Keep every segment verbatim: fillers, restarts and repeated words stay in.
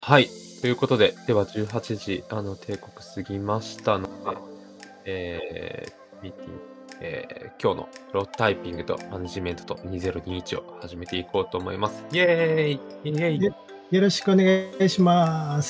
はい。ということで、ではじゅうはちじ、あの、定刻過ぎましたので、えー、ミーティング、えー、今日のプロタイピングとマネジメントとにせんにじゅういちを始めていこうと思います。イェーイイェイよよろしくお願いします。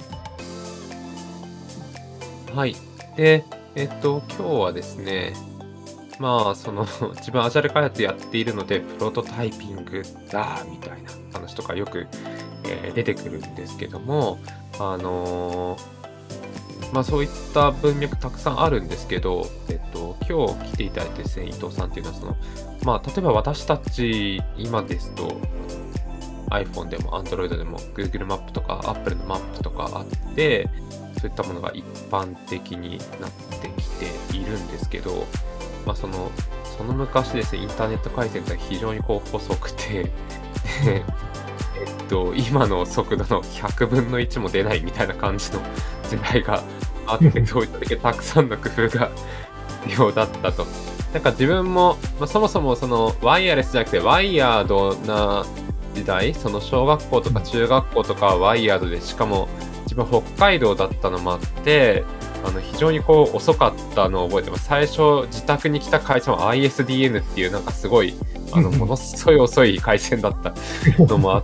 はい。で、えっと、今日はですね、まあ、その自分アジャイル開発やっているので、プロトタイピングだみたいな話とかよく、えー出てくるんですけども、あのーまあ、そういった文脈たくさんあるんですけど、えっと、今日来ていただいてですね、伊藤さんっていうのはその、まあ、例えば私たち、今ですと、iPhone でも Android でも Google マップとか Apple のマップとかあって、そういったものが一般的になってきているんですけど、まあ、その、その昔ですね、インターネット回線が非常にこう細くて、で、えっと、今の速度のひゃくぶんのいちも出ないみたいな感じの時代があって、そういった時たくさんの工夫が必要だったと。なんか自分も、まあ、そもそもそのワイヤレスじゃなくてワイヤードな時代、その小学校とか中学校とかはワイヤードで、しかも自分北海道だったのもあって、あの非常にこう遅かったのを覚えてます。最初自宅に来た回線は アイエスディーエヌ っていうなんかすごい、あのものすごい遅い回線だったのもあって、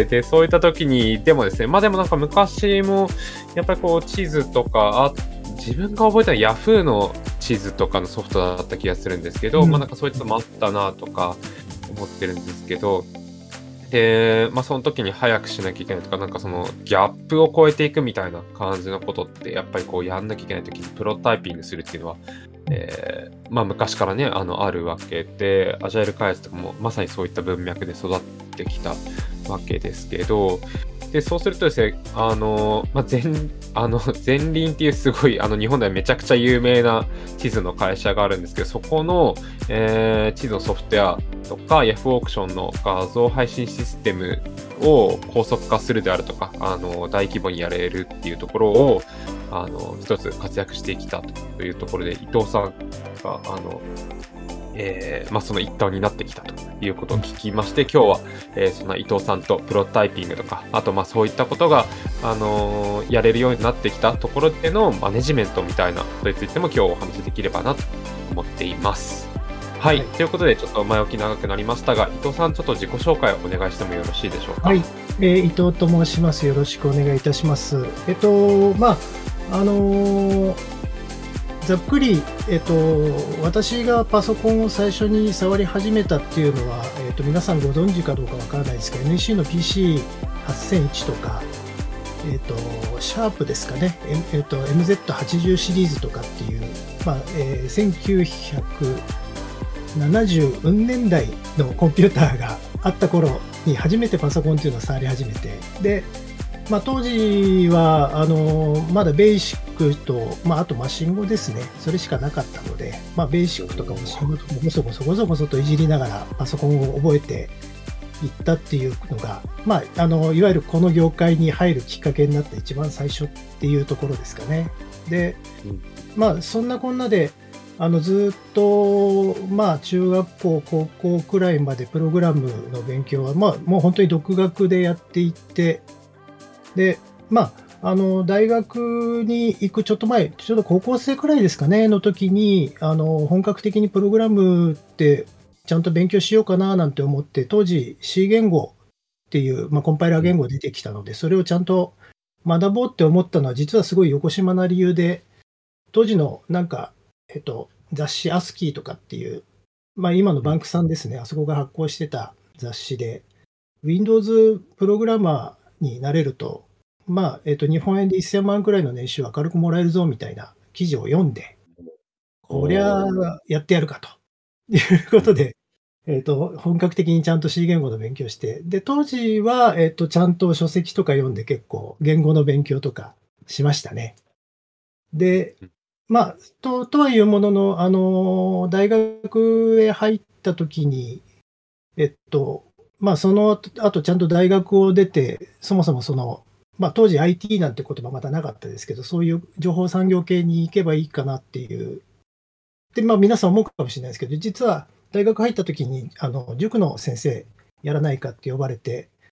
で、そういった時に、でもですね、ま、でもなんか昔もやっぱりこう地図とか、あ自分が覚えたのは Yahoo の地図とかのソフトだった気がするんですけど、ま、 うん、 なんかそういったのもあったなとか思ってるんですけど、で、ま、その時に早くしなきゃいけないとか、なんかそのギャップを超えていくみたいな感じのことって、やっぱりこうやんなきゃいけない時にプロタイピングするっていうのは、ええ、ま、昔からね、あの、あるわけで、アジャイル開発とかもまさにそういった文脈で育ってきたわけですけど、で、そうするとですね、あの、ま、ゼンあの、ゼンリンっていうすごい、あの、日本ではめちゃくちゃ有名な地図の会社があるんですけど、そこの、ええ、地図のソフトウェアとか、ヤフーオークションの画像配信システムを高速化するであるとか、あの、大規模にやれるっていうところを、あの、一つ活躍してきたというところで、伊藤さんが、あの、ええ、ま、その一端を担ってきたということを聞きまして、今日は、えーそんな伊藤さんとプロタイピングとか、あと、ま、そういったことが、あの、やれるようになってきたところでのマネジメントみたいなことについても今日お話しできればなと思っています。はい、 はい。 ということでちょっと前置き長くなりましたが、伊藤さんちょっと自己紹介をお願いしてもよろしいでしょうか？ はい。えー伊藤と申します。よろしくお願いいたします。えっと、まあ、あの、ざっくり、えっと、私がパソコンを最初に触り始めたっていうのは、えっと、皆さんご存知かどうかわからないですけど、エヌイーシー の ピーシーはっせんいち とか、えっと、シャープですかね、ええっと、エムゼットはちじゅう シリーズとかっていう、まあ、えーせんきゅうひゃくななじゅう年代のコンピューターがあった頃に初めてパソコンっていうのを触り始めて、で、まあ、当時はあのまだベーシックと、まあ、あとマシン語ですね、それしかなかったので、まあ、ベーシックとかマシン語とかもごそごそごそごそといじりながらパソコンを覚えていったっていうのが、まあ、あのいわゆるこの業界に入るきっかけになった一番最初っていうところですかね。で、 うん、 まあ、そんなこんなで、あの、ずっと、まあ、中学校、高校くらいまでプログラムの勉強は、まあ、もう本当に独学でやっていって、で、まあ、あの、大学に行くちょっと前、ちょうど高校生くらいですかね、の時に、あの、本格的にプログラムってちゃんと勉強しようかななんて思って、当時 C 言語っていう、まあ、コンパイラーうん、 言語出てきたので、それをちゃんと学ぼうって思ったのは、実はすごいよこしまな理由で、当時のなんか、えっと、雑誌アスキーとかっていう、まあ、今のうん。 バンクさんですね、あそこが発行してた雑誌で、Windows プログラマーになれると、まあ、えっと、日本円でせんまんくらいの年収は軽くもらえるぞみたいな記事を読んで、こりゃおお。 やってやるかというこうん、 とで、えっと、本格的にちゃんと C 言語の勉強して、で、当時は、えっと、ちゃんと書籍とか読んで結構言語の勉強とかしましたね。で、 うん、 まあ、ととはいうものの、あの、大学へ入った時に、えっと、まあ、その後ちゃんと大学を出て、そもそもその、まあ、当時 アイティー なんて言葉まだなかったですけど、そういう情報産業系に行けばいいかなっていう。で、まあ、皆さん思うかもしれないですけど、実は大学入った時に、あの、塾の先生やらないかって呼ばれて、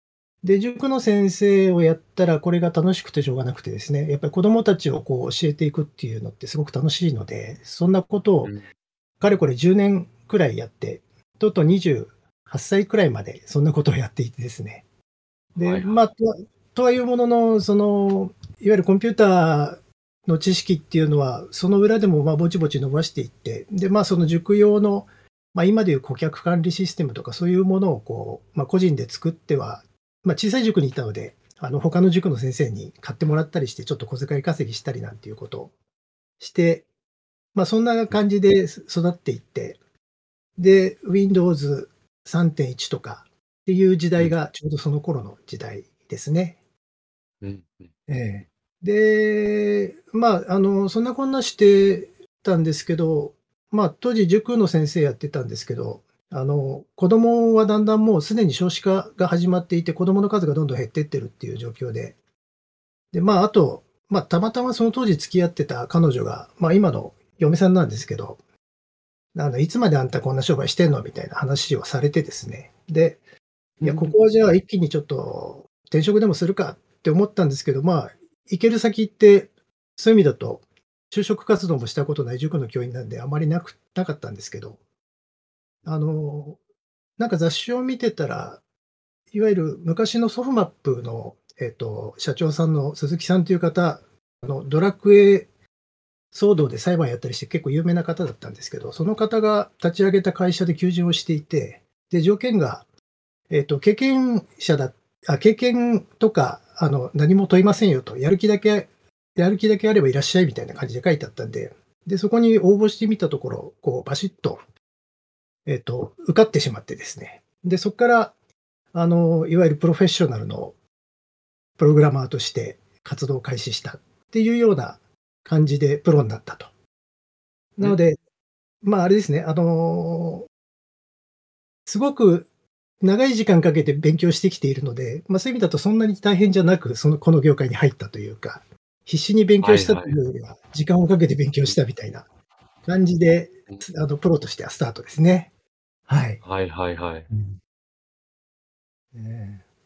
で、塾の先生をやったら、これが楽しくてしょうがなくてですね、やっぱり子供たちをこう教えていくっていうのってすごく楽しいので、そんなことをうん。 かれこれじゅうねんくらいやって、とうとうにじゅうはっさいくらいまでそんなことをやっていてですね。で、 はいはい。 まあ、とはとはいうものの、その、いわゆるコンピューターの知識っていうのは、その裏でも、ま、ぼちぼち伸ばしていって、で、まあ、その塾用の、ま、今でいう顧客管理システムとかそういうものをこう、ま、個人で作っては、ま、小さい塾にいたので、あの、他の塾の先生に買ってもらったりして、ちょっと小遣い稼ぎしたりなんていうことをして、ま、そんなうん。 感じで、す育っていって、で、Windows さんてんいちとかっていう時うん。 代がちょうどその頃の時代ですね。 うん、うん。 ええ。で、まあ、あの、そんなこんなしてたんですけど、まあ、当時塾の先生やってたんですけど、あの、子供はだんだんもうすでに少子化が始まっていて、子供の数がどんどん減ってってるっていう状況で、で、まあ、あと、まあ、たまたまその当時付き合ってた彼女が、まあ、今の嫁さんなんですけど、あの、いつまであんたこんな商売してんのみたいな話をされてですね。で、いや、こうん。 こはじゃあ一気にちょっと転職でもするかって思ったんですけど、まあ、行ける先って、そういう意味だと、就職活動もしたことない塾の教員なんであまりなくなかったんですけど、あの、なんか雑誌を見てたら、いわゆる昔のソフマップの、えっと、社長さんの鈴木さんという方、あの、ドラクエ騒動で裁判やったりして結構有名な方だったんですけど、その方が立ち上げた会社で求人をしていて、で、条件がえっと、経験者だあ、経験とか、あの、何も問いませんよと、やる気だけやる気だけあればいらっしゃいみたいな感じで書いてあったんで、で、そこに応募してみたところ、こうバシッと、えっと、受かってしまってですね。で、そっから、あの、いわゆるプロフェッショナルのプログラマーとして活動を開始したっていうような感じでプロになったと。 うん。 なので、まあ、あれですね、あの、すごく長い時間かけて勉強してきているので、まあ、そういう意味だとそんなに大変じゃなく、そのこの業界に入ったというか、必死に勉強したはいはい。 というよりは、時間をかけて勉強うん。 したみたいな感じで、 うん。 あの、プロとしてはスタートですね。はい。 はいはいはい。 うん。ええ。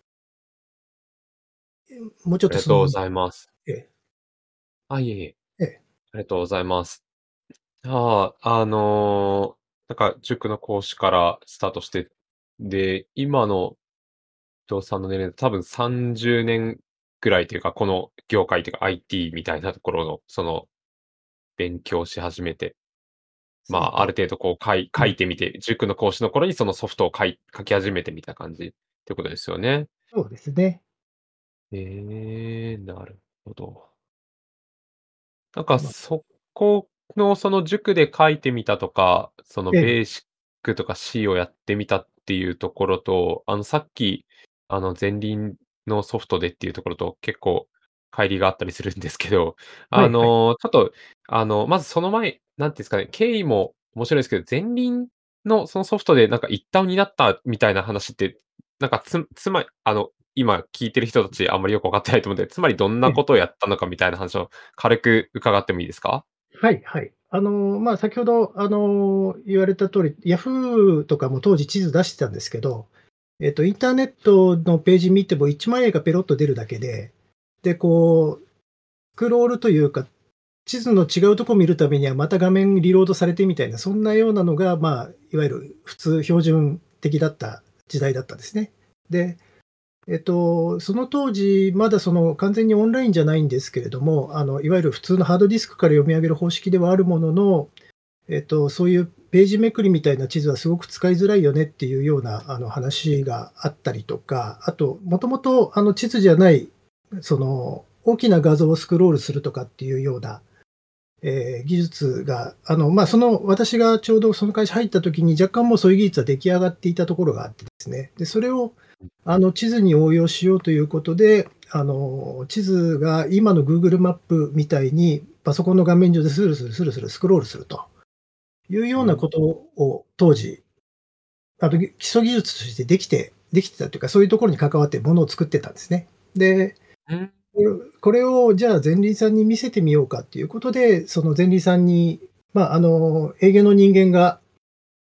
もうちょっとそのありがとうございます。 ええ、 あ、いえいえ、 ええ、 ありがとうございます。ああ、あの、なんか塾の講師からスタートして、で、今の伊藤さんの年齢で多分さんじゅうねんぐらいというか、この業界というか アイティー みたいなところの、その勉強し始めて、まあ、あそうでる程度こうかいうん、 書いてみて、塾の講師の頃にそのソフトを書い書き始めてみた感じってことですよね。 そうですね。 ええ、なるほど。なんか、 ま、 そこの、その塾で書いてみたとか、そのええ、 ベーシックとか C をやってみたっていうところと、あの、さっき、あの、前輪のソフトでっていうところと結構乖離があったりするんですけど、 はいはい。 あの、ちょっと、あの、まずその前、なんていうんですかね、経緯も面白いですけど、前輪のそのソフトでなんか一端を担ったみたいな話って、なんかつつまあの、今聞いてる人たちあんまりよくわかってないと思うんで、つまりどんなええ、 ことをやったのかみたいな話を軽く伺ってもいいですか？ はいはい。あの、まあ、先ほど、あの、言われた通り、ヤフーとかも当時地図出してたんですけど、えっと、インターネットのページ見てもいちまん円がペロッと出るだけで、で、こう、スクロールというか、地図の違うとこ見るためにはまた画面リロードされてみたいな、そんなようなのが、まあ、いわゆる普通標準的だった時代だったんですね。で、えっと、その当時、まだその完全にオンラインじゃないんですけれども、あの、いわゆる普通のハードディスクから読み上げる方式ではあるものの、えっと、そういうページめくりみたいな地図はすごく使いづらいよねっていうようなあの話があったりとか、あと、もともとあの地図じゃない、その大きな画像をスクロールするとかっていうような、えー技術が、あの、まあ、その私がちょうどその会社入った時に若干もうそういう技術は出来上がっていたところがあってですね。で、それをあの地図に応用しようということで、あの地図が今の Google マップみたいにパソコンの画面上でスルスルスルスルスクロールすると。いうようん。 うなことを当時、あの、基礎技術としてできてできてたというか、そういうところに関わってものを作ってたんですね。で、 うん。 これをじゃあ前輪さんに見せてみようかっていうことで、その前輪さんに、まあ、あの、営業の人間が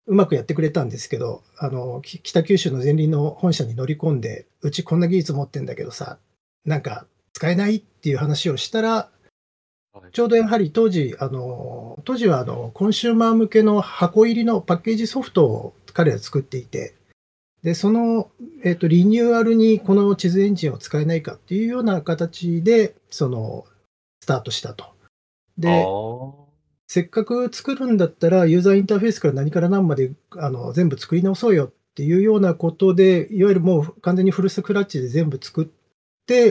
うまくやってくれたんですけど、あの、き北九州のゼンリンの本社に乗り込んで、うちこんな技術持ってんだけどさ、なんか使えないっていう話をしたら、 はい。 ちょうどやはり当時、あの、当時はあの、コンシューマー向けの箱入りのパッケージソフトを彼ら作っていて、で、その、えっと、リニューアルにこの地図エンジンを使えないかっていうような形で、その、スタートしたと。 あで、 あ。 せっかく作るんだったら、ユーザーインターフェースから何から何まで、あの、全部作り直そうよっていうようなことで、いわゆるもう完全にフルスクラッチで全部作って、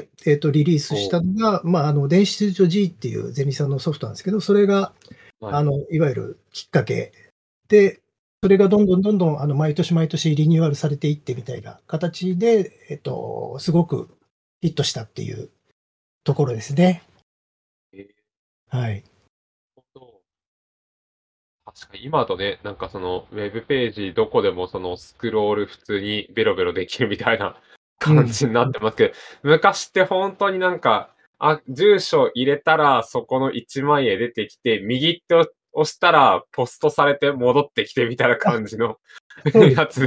えっと、リリースしお、 たのが、まあ、あの、電子秩序 G っていうゼミさんのソフトなんですけど、それが、 はい。 あの、いわゆるきっかけで、それがどんどんどんどん、あの、毎年毎年リニューアルされていってみたいな形で、えっと、すごくヒットしたっていうところですね。 ええ、 はい。 ほど。確かに今とね、なんかそのウェブページどこでもそのスクロール普通にベロベロできるみたいなうん。 感じになってますけど、昔ってほんとになんか、あ、住所入れたらそこのいちまいえん出てきて、右ってお押したらポストされて戻ってきてみたいなあ、 感じのそうです。 やつ。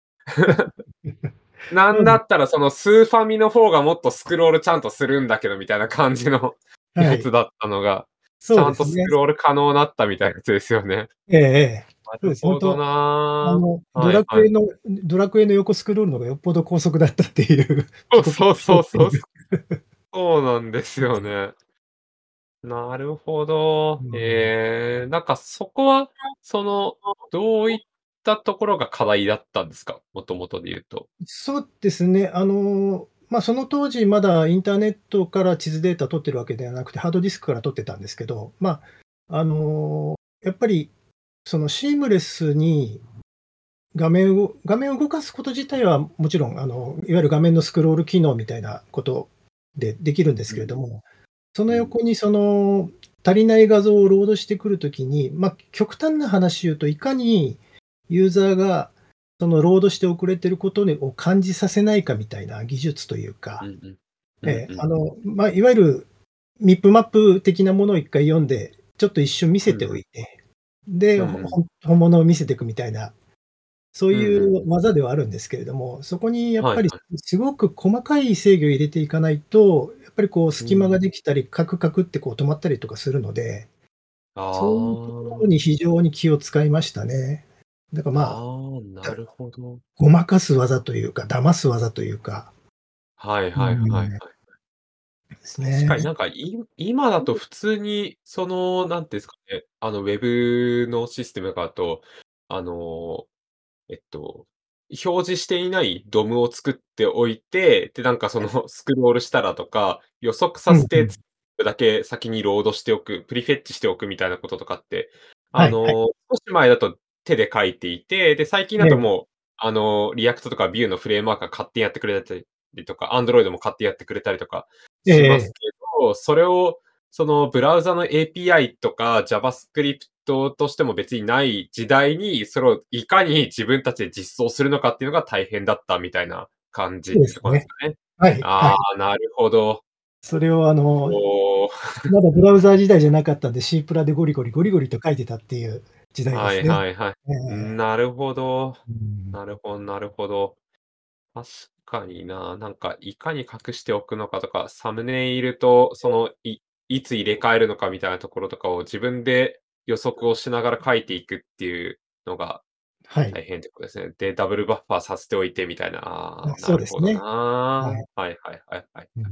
なんだそうです。 ったらそのスーファミの方がもっとスクロールちゃんとするんだけどみたいな感じのはい。 やつだったのが、ちそうゃんとですね。 スクロール可能なったみたいなやつですよね。 ええええ。 なそうです。ほんるほどと、あな。 の、ドはいはい。 ラクエのドラクエの横スクロールのがよっぽど高速だったっていうそう自己そうそうそう。 っていう。 そうなんですよね。なるほど。 うん。 ええ、なんかそこは、その、どういったところが課題だったんですか？もともとで言うと。 そうですね。あの、ま、その当時まだインターネットから地図データ取ってるわけではなくて、ハードディスクから取ってたんですけど、ま、あの、やっぱりそのシームレスに画面を画面を動かすこと自体はもちろん、あの、いわゆる画面のスクロール機能みたいなことでできるんですうん、 けれども、そのうん。 横にその足りない画像をロードしてくるときに、ま、極端な話言うと、いかにユーザーがそのロードして遅れてることにを感じさせないかみたいな技術というか、 うんうん。うええ、 んうん。 あの、ま、いわゆるミップマップ的なものをいっかい読んで、ちょっと一瞬見せてうんうん。 おいて、で、 うんうん。 ほほ本物を見せてくみたいな、そううんいうん。 う技ではあるんですけれども、そこにやっぱりはいはい。 すごく細かい制御を入れていかないと、やっぱりこう隙間がうん。 できたり、カクカクってこう止まったりとかするので、 あそういうところにあ。 非常に気を使いましたね。だからまあ、 ああ、 だなるほど。 ごまかす技というか、騙す技というか、 はいうはいはいん、 はい。 ですね。 確かになんか、い今だと普通に、その、なんていうんですかね、あの、ウェブのシステムだと、あの、えっと、表示していないドムを作っておいて、で、なんかそのスクロールしたらとか、予測させて、 うんうん。 つだけ先にロードしておく、プリフェッチしておくみたいなこととかって、あはいはい。 の、少し前だと手で書いていて、で、最近ええ、 だともう、あの、リアクトとか Vue のフレームワークが勝手にやってくれたりとか、Android も勝手にやってくれたりとかええええ。 しますけど、それをそのブラウザの エーピーアイ とか JavaScript としても別にない時代に、それをいかに自分たちで実装するのかっていうのが大変だったみたいな感じっそうでてとこなんですすね。 かね。 はいはい。 ああ、なるほど。 それをあの、 おお。 まだブラウザー時代じゃなかったんで、C プラでゴリゴリ、ゴリゴリと書いてたっていう時代ではいすね。 はいはい。 ええええ。 なるほど。 うん。 なるほどなるほど。確かにな、なんかいかに隠しておくのかとか、サムネイルとその、いいつ入れ替えるのかみたいなところとかを自分で予測をしながら書いていくっていうのがはい。 大変ってことですね。で、ダブルバッファーさせておいてみたいな。ああ、 あ、なそうるほどですね。はな。 い。 はいはいはいはい。 うん。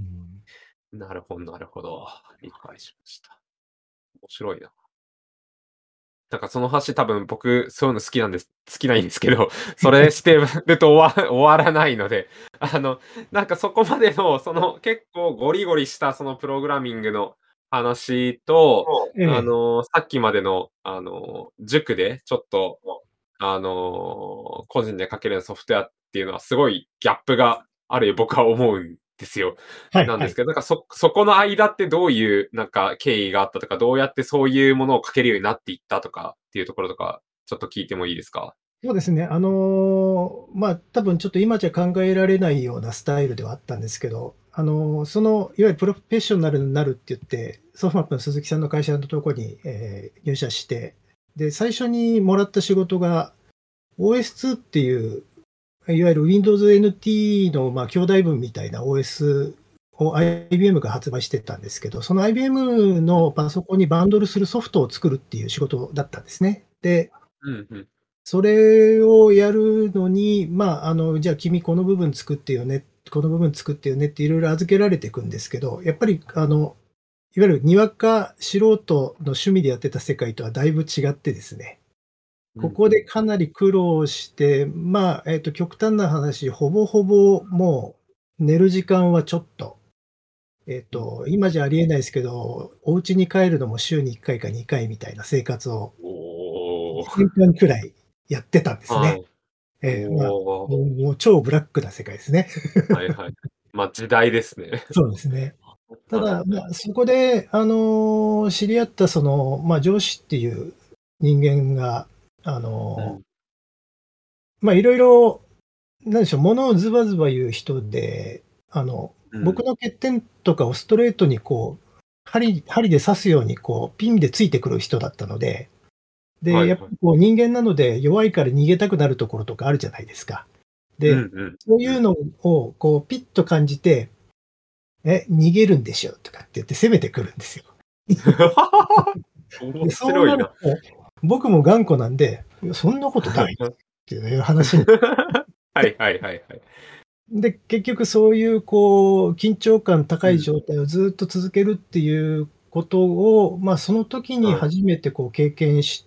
なるほどなるほど。理解しました。面白いな。なんかその話多分僕、そういうの好きなんです好きないんですけど、それしてると終わ終わらないので、あの、なんかそこまでの、その結構ゴリゴリしたそのプログラミングの話と、 ええ。 あの、さっきまでの、あの、塾でちょっと、あの、個人で書けるようなソフトウェアっていうのはすごいギャップがある僕は思うんですよ。 はいはい。 なんですけど、なんかそそこの間ってどういうなんか経緯があったとか、どうやってそういうものを書けるようになっていったとかっていうところとか、ちょっと聞いてもいいですか？ そうですね。あの、まあ、多分ちょっと今じゃ考えられないようなスタイルではあったんですけど、あの、その、いわゆるプロフェッショナルになるって言って、ソフマップの鈴木さんの会社のとこに、えー入社して、で、最初にもらった仕事がオーエスツー っていう、いわゆる Windows エヌティー の、まあ、兄弟分みたいな オーエス を アイビーエム が発売してたんですけど、その アイビーエム のパソコンにバンドルするソフトを作るっていう仕事だったんですね。で、 うんうん。 それをやるのに、まあ、あの、じゃあ君この部分作ってよね、この部分作ってよねっていろいろ預けられていくんですけど、やっぱりあの、いわゆるにわか素人の趣味でやってた世界とはだいぶ違ってですね、こうんうんうん。 こでかなり苦労して、まあ、えっと、極端な話、ほぼほぼもう寝る時間はちょっと、えっうん。 と、今じゃありえないですけど、お家に帰るのも週にいっかいかにかいみたいな生活をおお。 いちねんかんくらいやってたんですね。 はい。 ええ、まあ、 おお。 もうもう超ブラックな世界ですね。 はいはい。ま、時代ですね。 そうですね。ただ、 はいはい。 まあ、そこで、あの、知り合ったその、まあ、上司っていう人間が、あの、 うん。 まあ、いろいろ、なんでしょう、ものをズバズバ言う人で、あの、 うん。 僕の欠点とかをストレートにこう、針針で刺すようにこう、ピンでついてくる人だったので、で、やっぱはいはい。 りこう人間なので弱いから逃げたくなるところとかあるじゃないですか。で、 うんうんうん。 そういうのをこうピッと感じて、「え、逃げるんでしょ」とかって言って攻めてくるんですよ。 面で、そう白いな。 なると、僕も頑固なんで、いや、そんなことないっていう話に。 はいはいはいはい。 で、結局そういうこう、緊張感高いうん。 状態をずっと続けるっていうことを、まあ、その時にはい。 初めてこう経験して、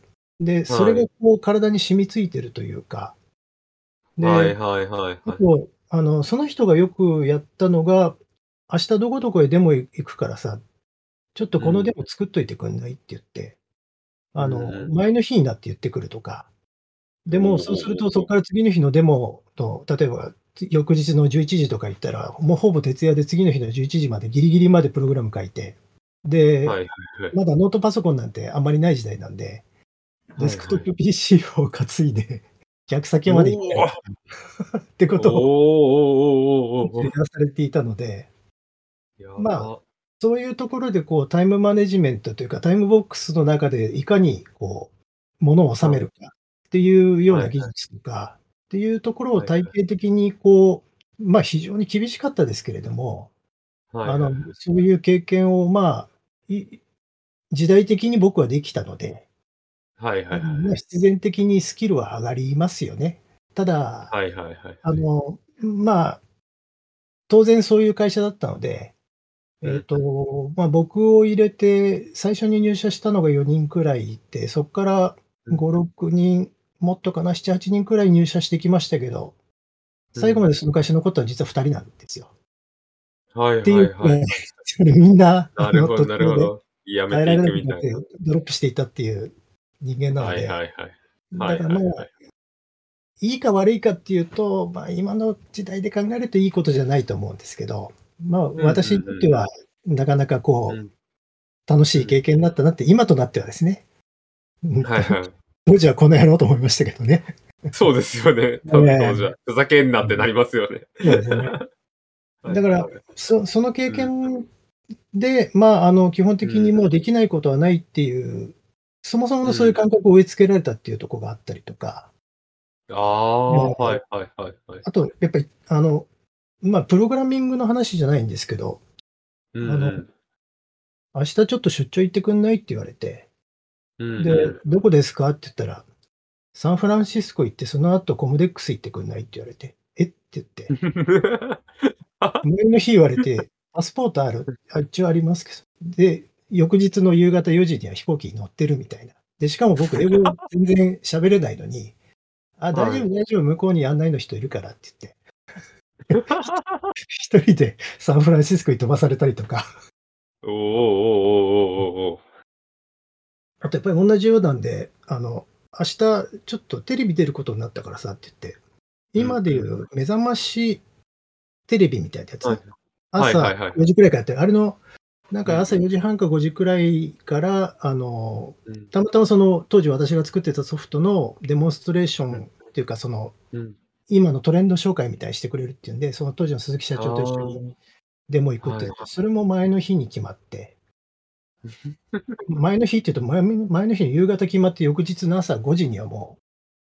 で、それはい。 がこう体に染み付いてるというか、で、 はいはいはいはい。 あと、あの、その人がよくやったのが、「明日どこどこへデモい行くからさ、ちょっとこのデうん。 モ作っといてくんない？」って言って、 うんあの、 うん。 前の日になって言ってくるとか、 おでも、そうするとそっおおお。 から次の日のデモと、例えば、つ翌日のじゅういちじとか行ったら、もうほぼ徹夜で次の日のじゅういちじまでギリギリまでプログラム書いて、で、 はいはいはい。 まだノートパソコンなんてあんまりない時代なんで、デはいはい。 スクトップ ピーシー を担いで、客先まで行ったりおお。 っておおことをおおおおおお。 やらされていたので、 やまあ、 ば。 そういうところでこうタイムマネジメントというか、タイムボックスの中でいかにこう、ものを収めはい。 るかっていうようはいはい。 な技術とかっていうところを体はいはい。 系的にこう、ま、非常に厳しかったですけれども、あの、 はいはいはい。 そういう経験をまあ、い時代的に僕はできたので、 はいはいはいはい。 うん、ま、必然的にスキルは上がりますよね。ただ、 はいはいはいはい。 あの、まあ、当然そういう会社だったので、えっうん、ふん。 と、ま、僕を入れて、最初に入社したのがよにんくらいいて、そっからうん、 ご、ろくにん、もっとかな、なな、はちにんくらい入社してきましたけど、 うん。 最後までその会社残ったのは実はふたりなんですよ。 はいっていうはいはいくらい、 はい。 それみんな、あの、 なるほど途中でなるほど。辞め耐えられていくなくなってみたいな。 ドロップしていったっていう人間なのはいで、 はいはい。はだからまあ、 いはいはい。 いいか悪いかっていうと、まあ、今の時代で考えるといいことじゃないと思うんですけど、まあ、 うん私にうんうんうん。 とってはなかなかこう、 うん、 楽しいうん。 経験だったなって今となってはですね。うん、とはいはい。 当時はこの野郎と思いましたけどね。 そうですよね。 え多分当時は。 え。 ふざけんなうん。 ってなりますよね。 そうですね。だから、 はいはいはい。 そその経うん。 験で、まあ、あの、基本うん。 的にもうできないことはないっていう、そもそもうん。 のそういう感覚を植え付けられたっていうとこがあったりとか、 ああ、はええ、 いはいはいはい。 あとやっぱりあの、ま、プログラミングの話じゃないんですけど、 うんあの、 うん。 「明日ちょっと出張行ってくんない？」って言われて、 うんうで、 ん。 「どこですか？」って言ったら、「サンフランシスコ行って、その後コムデックス行ってくんない？」って言われて、「え？」って言って、前の日言われて、「パスポートある？」「あ、一応ありますけど」で、翌日の夕方よじには飛行機に乗ってるみたいな。で、しかも僕英語全然喋れないのに、「あ、大丈はい。 夫大丈夫、向こうに案内の人いるから」って言って、一人でサンフランシスコに飛ばされたりとか、 おおおおおおおお。 あとやっぱり同じようなんで、あの、「明日ちょっとテレビ出ることになったからさ」って言って、今でいうんうん。 う目覚ましテレビみたいなやはい。 つ、 はいは朝いはいはい。 よじくらいからやってる、あれのなんか朝うんうん。 よじはんかごじくらいから、あの、 うん。 たまたまその当時私が作ってたソフトのデモンストレーショうん。 ンっていうか、その、 うん。 今のトレンド紹介みたいにしてくれるっていうんで、その当時の鈴木社あ長と一緒にあ、 デモ行くって、 はい。 それも前の日に決まって、前の日っていうと、前め前の日の夕方決まって翌日の朝ごじにはもう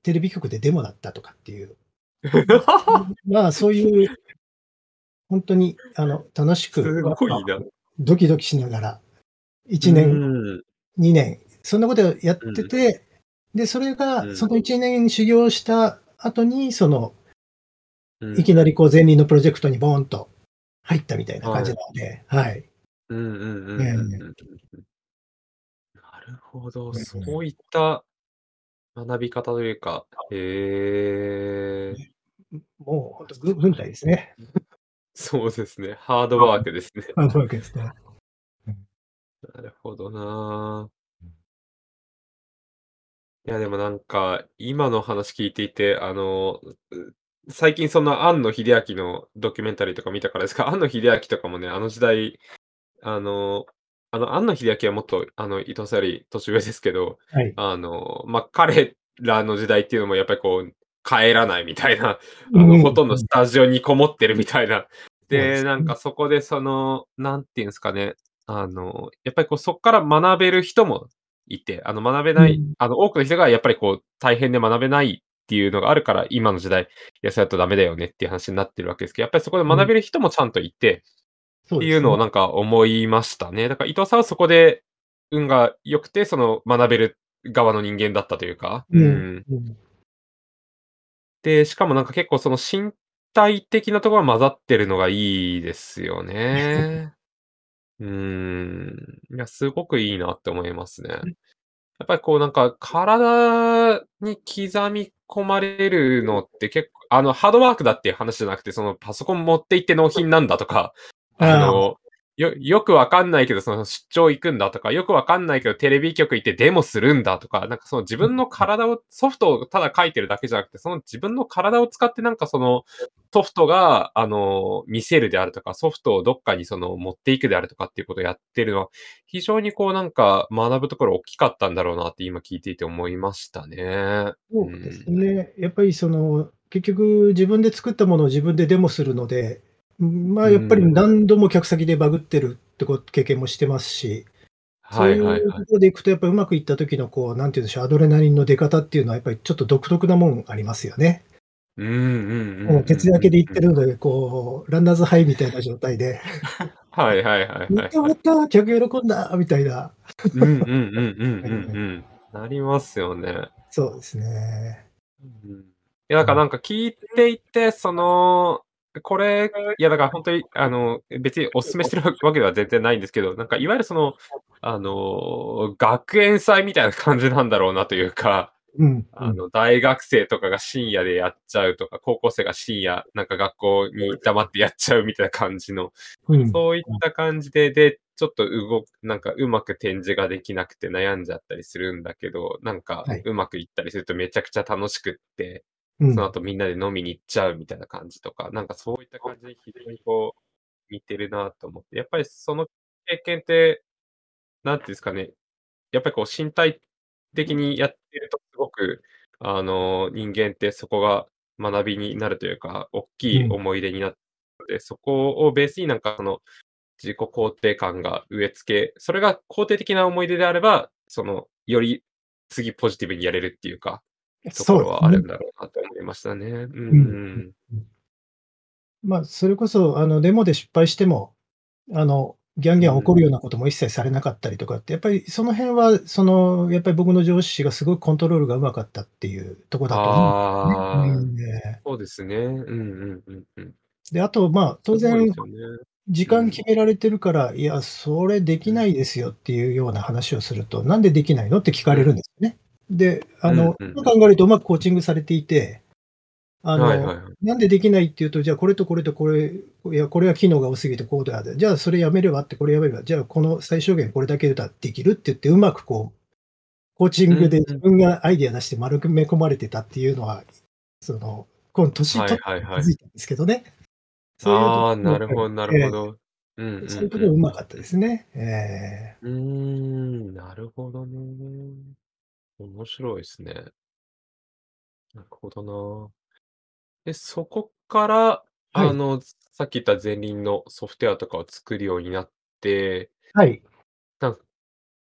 テレビ局でデモだったとかっていう。まあ、そういうほんとに、あの、楽しくすワクワク、 ごいな。 ドキドキしながら、いうちねん、 ーん。 にねん、そんなことやっうん。 てて、で、それが、そうん。 のいちねん修行した後に、そのうん。 いきなりこう前任のプロジェクトにボーンと入ったみたいな感じはい。 なんで、はい。 うんうんうんうんえうんうんえ。 うん。なるほど、 うんうん。 そういった学び方というか、へえ。 ね、ん、もうほんと、ぐ軍隊ですね。 そうですね、ハードはい。 ワークですね。 ハードワークですね。うん。 なるほどな。 うん。 いや、でもなんか、今の話聞いていて、あの、うう最近その庵野秀明のドキュメンタリーとか見たからですか、庵野秀明とかもね、あの時代、あのあの、庵野秀明はもっと、あの、伊藤さんより年上ですけど、 はい。 あの、ま、彼らの時代っていうのもやっぱりこう、帰らないみたいな、あの、 うんうん、 ほとんどスうん。 タジオにこもってるみたいな。で、 そうです。 なんかうん。 そこでその、何て言うんすかね、あの、やっぱりこう、そっから学べる人もいて、あの、学べない、 うん。 あの、多くの人がやっぱりこう、大変で学べないっていうのがあるから、今の時代、いや、そうやとダメだよねっていう話になってるわけですけど、やっぱりそこでうん。 学べる人もちゃんといてっていうそうですね。 のをなんか思いましたね。だから伊藤さんはそこで運が良くて、その学べる側の人間だったというか、ううん、 ん。 うん。 で、しかもなんか結構その身体的なところが混ざってるのがいいですよね。うーん。いや、すごくいいなって思いますね。 うん。 やっぱりこうなんか、体に刻み込まれるのって結構あの、ハードワークだっていう話じゃなくて、そのパソコン持って行って納品なんだとか、あああ。 の、よよくわかんないけど、その出張行くんだとか、よくわかんないけどテレビ局行ってデモするんだとか、なんかその自うん分のうん。 体をソフトをただ書いてるだけじゃなくて、その自分の体を使ってなんかその、ソフトが、あの、見せるであるとか、ソフトをどっかにその持っていくであるとかっていうことをやってるのは、非常にこうなんか学ぶところ大きかったんだろうなって今聞いていて思いましたね。うそうですん。 ね。やっぱりその、結局自分で作ったものを自分でデモするので、うん、まあ、やっぱりうん。 何度も客先でバグってるってこ経験もしてますし、そうはいはいはい。 いうところでいくとやっぱうまくいった時のこう、何て言うんでしょう、アドレナリンの出方っていうのはやっぱりちょっと独特なもんありますよね。 うんうんうんもう徹夜明けで行っうんうんうん。 てるので、こう、ランナーズハイみたいな状態で。 はいはいはいやったはいはい。 やった、客喜んだみたいな。 うんうんうんうんえうんえ。 うん。なりますよね。 そうですね。 うんうん。いや、だうん。 からなんか聞いていて、その、これ、いやだからほんとにあの、別にお勧めしてるわけでは全然ないんですけど、なんかいわゆるその、あの、学園祭みたいな感じなんだろうなというか、 うんうん。 あの、大学生とかが深夜でやっちゃうとか、高校生が深夜、なんか学校に黙ってやっちゃうみたいな感じの、 うん、 そういっうん。 た感じで、で、ちょっとうごなんかうまく展示ができなくて悩んじゃったりするんだけど、なんかはい。 うまくいったりするとめちゃくちゃ楽しくって、 うん。 その後みんなで飲みに行っちゃうみたいな感じとか、なんかそういった感じで非常にこう、似てるなと思って、やっぱりその経験って、なんていうんすかね、やっぱりこう身体的にやってるとすごく、あの、人間ってそこが学びになるというか、おっきいうん。 思い出になので、そこをベースになんかその、自己肯定感が植え付けそれが肯定的な思い出であれば、その、より次ポジティブにやれるっていうか、ところはあるそうですね。 んだろうなと思いましたね。うんうん、うんうん。 うん。ま、それこそあの、デモで失敗しても、あの、ギャンギャン怒うん。 るようなことも一切されなかったりとかって、やっぱりその辺は、その、やっぱり僕の上司がすごくコントロールが上手かったっていうとこだと思うんですね。うああ、 ん、ええ。 そうですね。うんうんうんうん。 で、あと、まあ、当すごいで然、 すよね。 時間決うん。 められてるから、いや、それでうん。 きないですよっていうような話をすると、なんでできないのって聞かれうん。 るんですね。で、あうんの、 うんうん。 今考えるとうまくコーチングされていて、あの、 はいはいはい。 なんでできないって言うと、じゃあこれとこれとこれ、いや、これは機能が多すぎてこうだ、じゃあそれやめればって、これやめれば、じゃあこの最小限これだけだできるって言って、うまくこう、コーチングで自うんうん。 分がアイディア出して丸くめ込まれてたっていうのは、その、この年はい取ってはいはい。 気づいたんですけどね。そういうとこああ、 ろやっぱりなるほどなるええ。 ほど。うんうんそういうところうんうん上手かったうん。 ですね。ええ。 うーん、なるほどね。面白いすね。なるほどな。で、そこから、 はい。 あの、さっき言った前輪のソフトウェアとかを作るようになってはい。 なん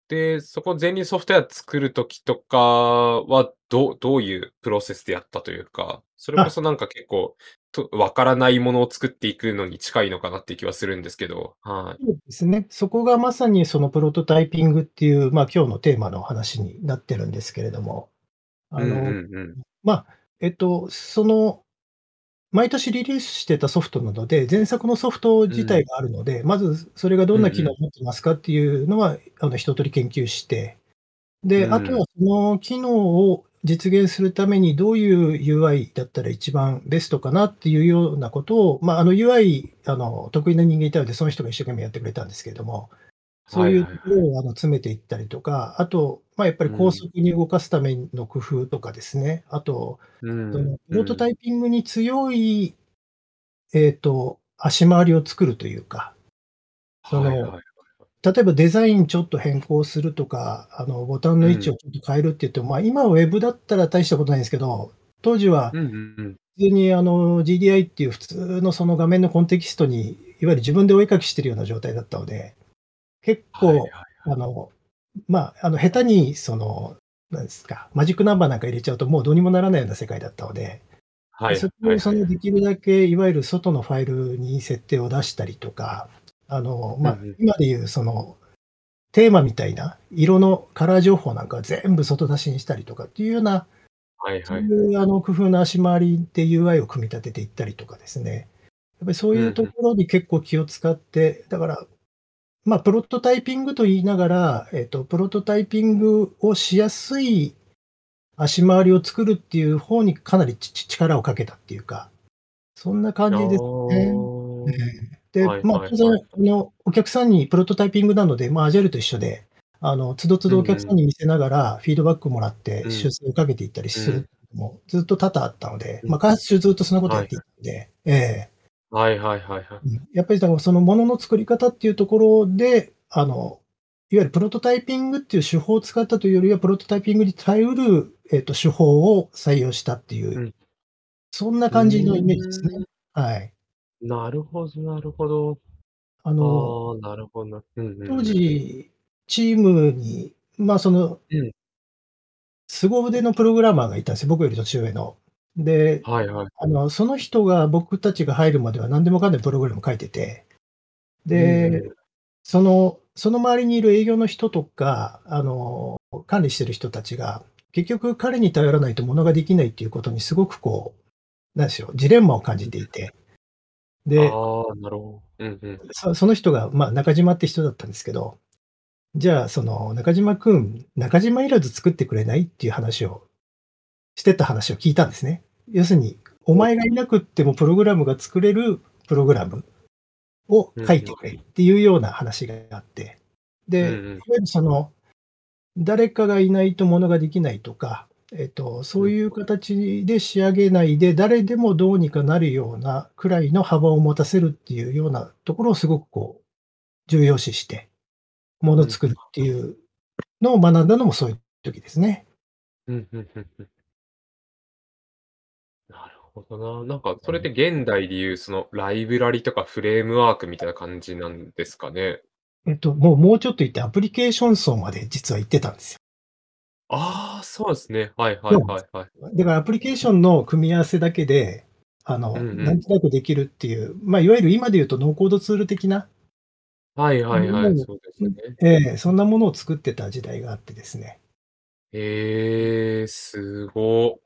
で、そこ前輪ソフトウェア作る時とかは、どどういうプロセスでやったというか、それこあ、 そなんか結構、とわからないものを作っていくのに近いのかなっていう気はするんですけど、はい。 そうですね。そこがまさにそのプロトタイピングっていう、まあ、今日のテーマの話になってるんですけれども、 うんあの、 うんうん。 まあ、えっと、その毎年リリースしてたソフトなので、前作のソフトうん。 自体があるので、まずそれがどんな機能うんうん。 を持ってますかっていうのは、あの、一通り研究して、で、あとうん。 はその機能を実現するためにどういう ユーアイ だったら一番ベストかなっていうようなことを、まあ、あの ユーアイ、あの、得意な人間いたので、その人が一生懸命やってくれたんですけれども、そういうはいはいはい。 ところをあの詰めていったりとか、あと、まあ、やっぱり高うん。 速に動かすための工夫とかですね、あと、 うん、 そのプうん。 ロトタイピングに強いえっと、足回りを作るというか、その、 はいはい。 例えばデザインちょっと変更するとか、あの、ボタンの位置うん。 をちょっと変えるって言っても、まあ、今はウェブだったら大したことないんですけど、当時はうんうんうん。 普通にあの、ジーディーアイ っていう普通のその画面のコンテキストに、いわゆる自分でお絵描きしてるような状態だったので、結構はいはい。 あの、まあ、あの、下手にその、なんですか、マジックナンバーなんか入れちゃうともうどうにもならないような世界だったので、で、 はいそこをそはいはいはい。 のできるだけいわゆる外のファイルに設定を出したりとか、あの、まあ、 うんうん。 今でいうそのテーマみたいな色のカラー情報なんかは全部外出しにしたりとかっていうような、 はいそうはいはい。 いうあの工夫の足回りで ユーアイ を組み立てていったりとかですね。やっぱりそううん、 いうとふん。 ころに結構気を使って、だから、まあ、プロトタイピングと言いながら、えっと、プロトタイピングをしやすい足回りを作るっていう方にかなりちち力をかけたっていうか、そんな感あじですね。えあ。 え。で、 はいまあ、当然、 はいはい。 あの、お客さんにプロトタイピングなので、まあ、Agile と一緒で、あの、都度都度お客さんうんうん。 に見せながらフィードバックもらってうん。 修正をかけていったりするうん。 のもずっと多々あったので、 うん。 ま、開発中ずっとそんなことやはいはい。 っていたんで、ええ。 はいはいはいはい。 うん、やっぱりだからそのものの作り方っていうところで、あの、いわゆるプロトタイピングっていう手法を使ったというよりは、プロトタイピングに耐えうる、えっと、手法を採用したっていう、 うん。 そんなう感じのイメージですね。 ーん。 はい。 なるほどなるほど。 あのああ、なるほどな。うんうん当うん。 時、チームに、まあ、その、 うん。 凄腕のプログラマーがいたんですよ、僕より年上の。で、 はいはいはい。 あの、その人が僕たちが入るまでは何でもかんでもプログラム書いてて、 うんうん。 で、そのその周りにいる営業の人とか、あの、管理してる人たちが、結局彼に頼らないと物ができないっていうことにすごくこう、なんでしょう、ジレンマを感うん。 じていて。で、 ああ、なるほうんうん。 そその人が、まあ、中島って人だったんですけど、じゃあ、その中島君、中島いらず作ってくれないっていう話をしてた話を聞いたんですね。要するに、おお前がいなくってもプログラムが作れるプログラムをうんうん。 書いてくれっていうような話があって、で、いわうんうん。 ゆるその、誰かがいないとものができないとか、えっと、 うん。 そういう形で仕上げないで、誰でもどうにかなるようなくらいの幅を持たせるっていうようなところをすごくこう、重要視して、もうん。 の作るっていうのを学んだのもそういう時ですね。 うん、ふんふんふん。なるほどな。なんかそれって現代でいうそのライブラリとかフレームワークみたいな感じなんですかね？ えっと、もうもうちょっと言ってアプリケーション層まで実は行ってたんですよ。 ああ、そうですね。はいはいそうなんです。 はいはい。 だからアプリケーションの組み合わせだけで、あの、 うんうん。 なんとなくできるっていう、まあ、いわゆる今で言うとノーコードツール的なはいはいはい、 ものをそうですよん、 ね。 ええ、そんなものを作ってた時代があってですね。 へえ、すご。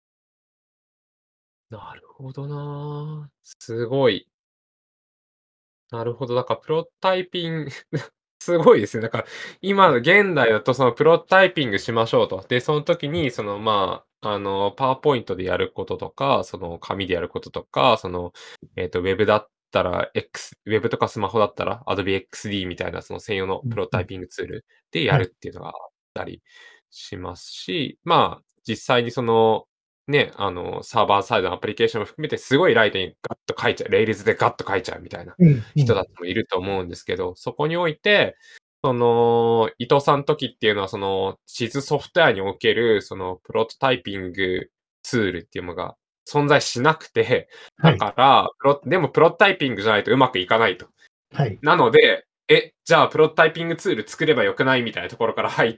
なるほどな。すごい。なるほど、だからプロタイピングすごいですね。だから今の現代だとそのプロタイピングしましょうと。で、その時にその、まあ、あの、パワーポイントでやることとか、その紙でやることとか、その、えっと、ウェブだったら X ウェブとかスマホだったら Adobe エックスディー みたいなその専用のうんうん。 プロタイピングツールでやはい。 るっていうのがあったりしますし、まあ、実際にその、ね、あの、サーバーサイドのアプリケーションも含めてすごいライトにガッと書いちゃう、レイルズでガッと書いちゃうみたいなうんうん。 人たちもいると思うんですけど、そこにおいて、その、伊藤さん時っていうのは、その、地図ソフトウェアにおける、その、プロトタイピングツールっていうのが存在しなくて、だはい。 から、プロでもプロトタイピングじゃないとうまくいかないと。 はい。 なので、 え、じゃあプロトタイピングツール作ればよくない？みたいなところから入って、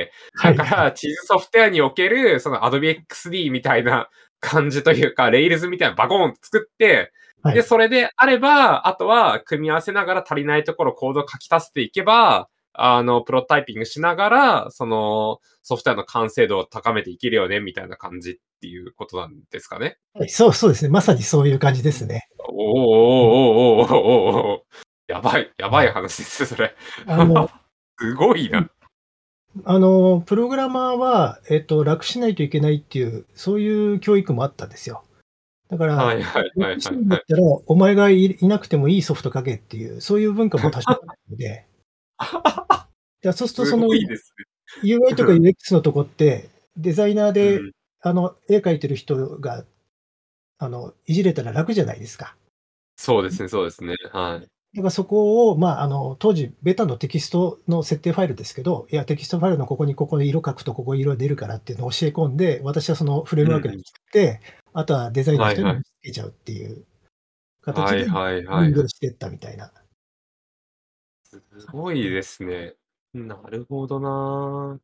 はい。 だから地図ソフトウェアにおけるその Adobe XD みたいな感じというか、Rails みたいなバコーンと作って、で、 はい。 それであれば、あとは組み合わせながら足りないところコードを書き足していけば、あの、プロトタイピングしながら、そのソフトウェアの完成度を高めていけるよねみたいな感じっていうことなんですかね？ はい、そうそうですね。まさにそういう感じでうん。 すね。 おおうん。 おおおおおおおおお。やばい、やばいはい。 話です、それ。 あのすごいうん。 な。 あの、プログラマーは、えっと、楽しないといけないっていう、そういう教育もあったんですよ。だから、 はいはいはい楽しいはいはい。 んだったら、お前がいいなくてもいいソフト書けっていう、そういう文化も多少あるので。だ、そうするとすその、 ごいですね。 UI とかうん。 UX のとこって、デザイナーで、 うん。 あの、絵描いてる人が、あの、いじれたら楽じゃないですか。ん。 そうですねそうですね、はい。 だからそこを、ま、あの、当時ベタのテキストの設定ファイルですけど、いや、テキストファイルのここにここに色書くとここ色出るからっていうのを教え込んで、私はそのフレーうんムワークでうん。 作って、あとはデザイナーのはいはい。 人につけちゃうっていう形ではいはいはいはい。 分業してったみたいな。 すごいですね。なるほどな。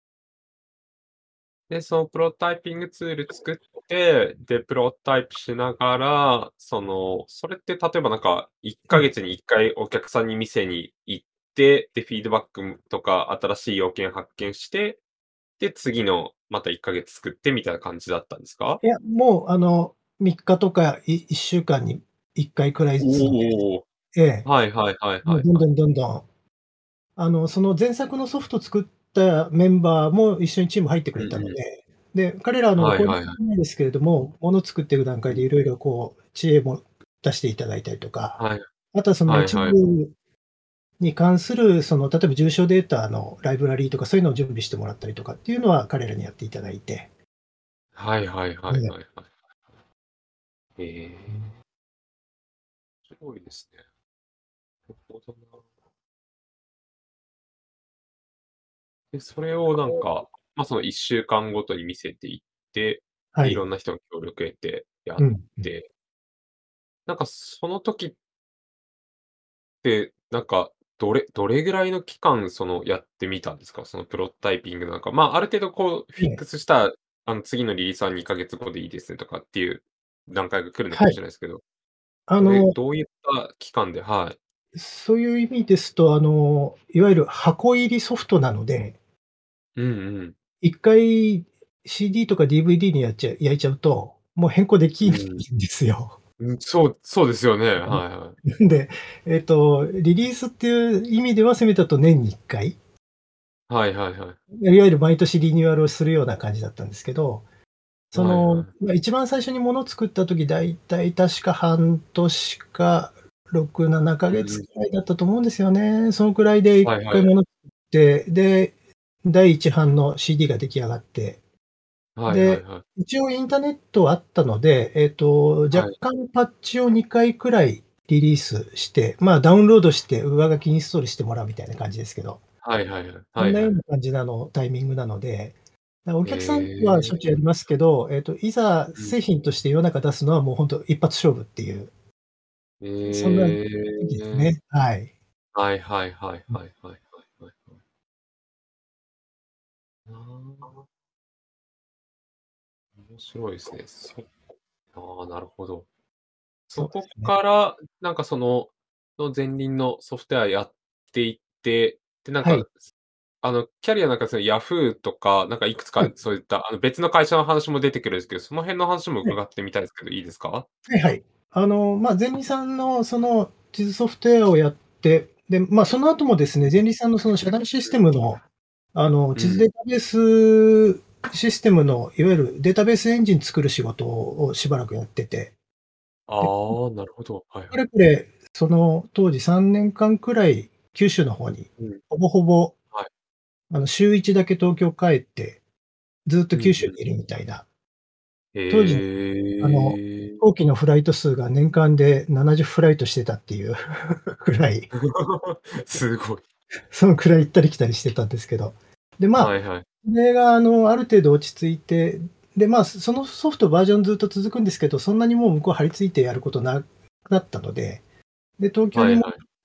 で、そのプロトタイピングツール作って、で、プロトタイプしながら、その、それって例えばなんか、いっかはい。 げつにいっかいお客さんに店に行って、で、フィードバックとか新しい要件発見して、で、次のまたいっかげつ作ってみたいな感じだったんですか？ いや、もう、あの、みっかとかいいっしゅうかんにいっかいくらいずつのペースおお。 ええ。 はいはいはいはいはい。 もうどんどんどんどん、あの、その前作のソフト作ったメンバーも一緒にチーム入ってくれたうんうん。 ので、で、彼らのコーディはいはいはい。 ないですけれども、もの作っていく段うん。 階で色々こう知恵も出していただいたりとか、 はい。 あとはその地図はいはい。 に関するその例えば重症データのライブラリーとかそういうのを準備してもらったりとかっていうのは彼らにやっていただいて。 はいはいはいはいええ。 はいはい。へえ。すごいですね。なるほどな。で、それをなんか、ま、そのいっしゅうかんごとに見せていって、で、いはい。 ろんな人の協力得てやっうんうん。 てなんかその時で、なんか、どれどれぐらいの期間そのやってみたんですか？そのプロトタイピングなんか、ま、ある程度こうフィッええ。 クスした、あの、次のリリースはにかげつごでいいですねとかっていう段階が来るのかはい。 もしれないすけど、どれあのどういった期間ではい。 そういう意味ですと、あの、いわゆる箱入りソフトなのでうんうん。 いっかい CD とか DVD にやっちゃ焼いちゃうと、もう変更できないうん。 んですよ。 うん、そうそうですよね。はいうん。 はい。 なんで、えっと、リリースっていう意味ではせめてだと年にいっかいはいはいはい。 いわゆる毎年リニューアルをするような感じだったんですけど、その、 はいはい。 ま、一番最初にもの作った時だいたい確か半年かろくななかげつうんうん。 くらいだったと思うんですよね。そのくらいでいっはいはい。 かいもの作って、で、だいいち版の CD が出来上がってで、 はいはいはい。 一応インターネットはあったので、えっと、若はい。 干パッチをにかいくらいリリースして、ま、ダウンロードして上書きインストールしてもらうみたいな感じですけど。 はいはいはい。 そんなはいはい。 ような感じなのタイミングなので、だおへ客さんとはしょっちゅうやりえ。 ますけど、えっと、いざうん。 製品として世の中出すのはもうほんと一発勝負っていう。そんなえ時期ですえ。 ね。はい。 はいはいはいうん。 はいはいはいはいはい。ああ。面白いですね。そああ、なるほど。そこそうですね。 から、なんかその、の前輪のソフトウェアやっていって、で、なんか、 はい。 すあの、キャリアなんかそのヤフーとか、なんかいくつはい。 かそういったあの別の会社の話も出てくるんすけど、その辺の話もはい。 伺ってみたいすけど、いいですか？ はいはい。あの、ま、前利さんのその地図ソフトウェアをやって、で、ま、その後もですね、前利さんのその社内システムの、あの、 うん。 地図データベースシステムのいわゆるデータベースエンジン作る仕事をしばらくやってて。で、 ああ、なるほど。はいかはい。 れこれ、その当時さんねんかんくらい九州の方に、 うん。 ほぼほぼ、 はい。 あの、しゅういちだけ東京帰って、ずっとうんうん。 九州にいるみたいな。当時、あの、飛へえ。 行機のフライト数が年間でななじゅうフライトしてたっていうくらい。 すごい。 そのくらい行ったり来たりしてたんですけど。で、ま、 はいはい。 それがあの、ある程度落ち着いて、で、ま、そのソフトバージョンずっと続くんですけど、そんなにもう向こう張り付いてやることなくなったので、で、東京にもはいはい。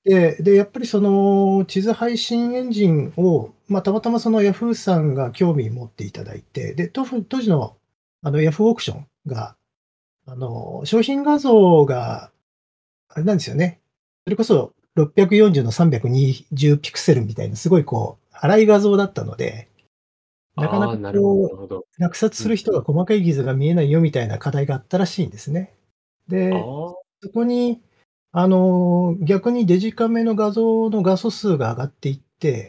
で、で、やっぱりその地図配信エンジンを、ま、たまたまそのヤフーさんが興味持っていただいて、で、とふ当時のあのヤフーオークションが、あの、商品画像があれなんですよね。それこそろっぴゃくよんじゅうのさんびゃくにじゅうピクセルみたいなすごいこう粗い画像だったので、なかなああ、 かなるほどなこうるほど。 落札うんうん。 する人が細かいギザが見えないよみたいな課題があったらしいんですね。 あで、 あ。 そこにあの、逆にデジカメの画像の画素数が上がっていって、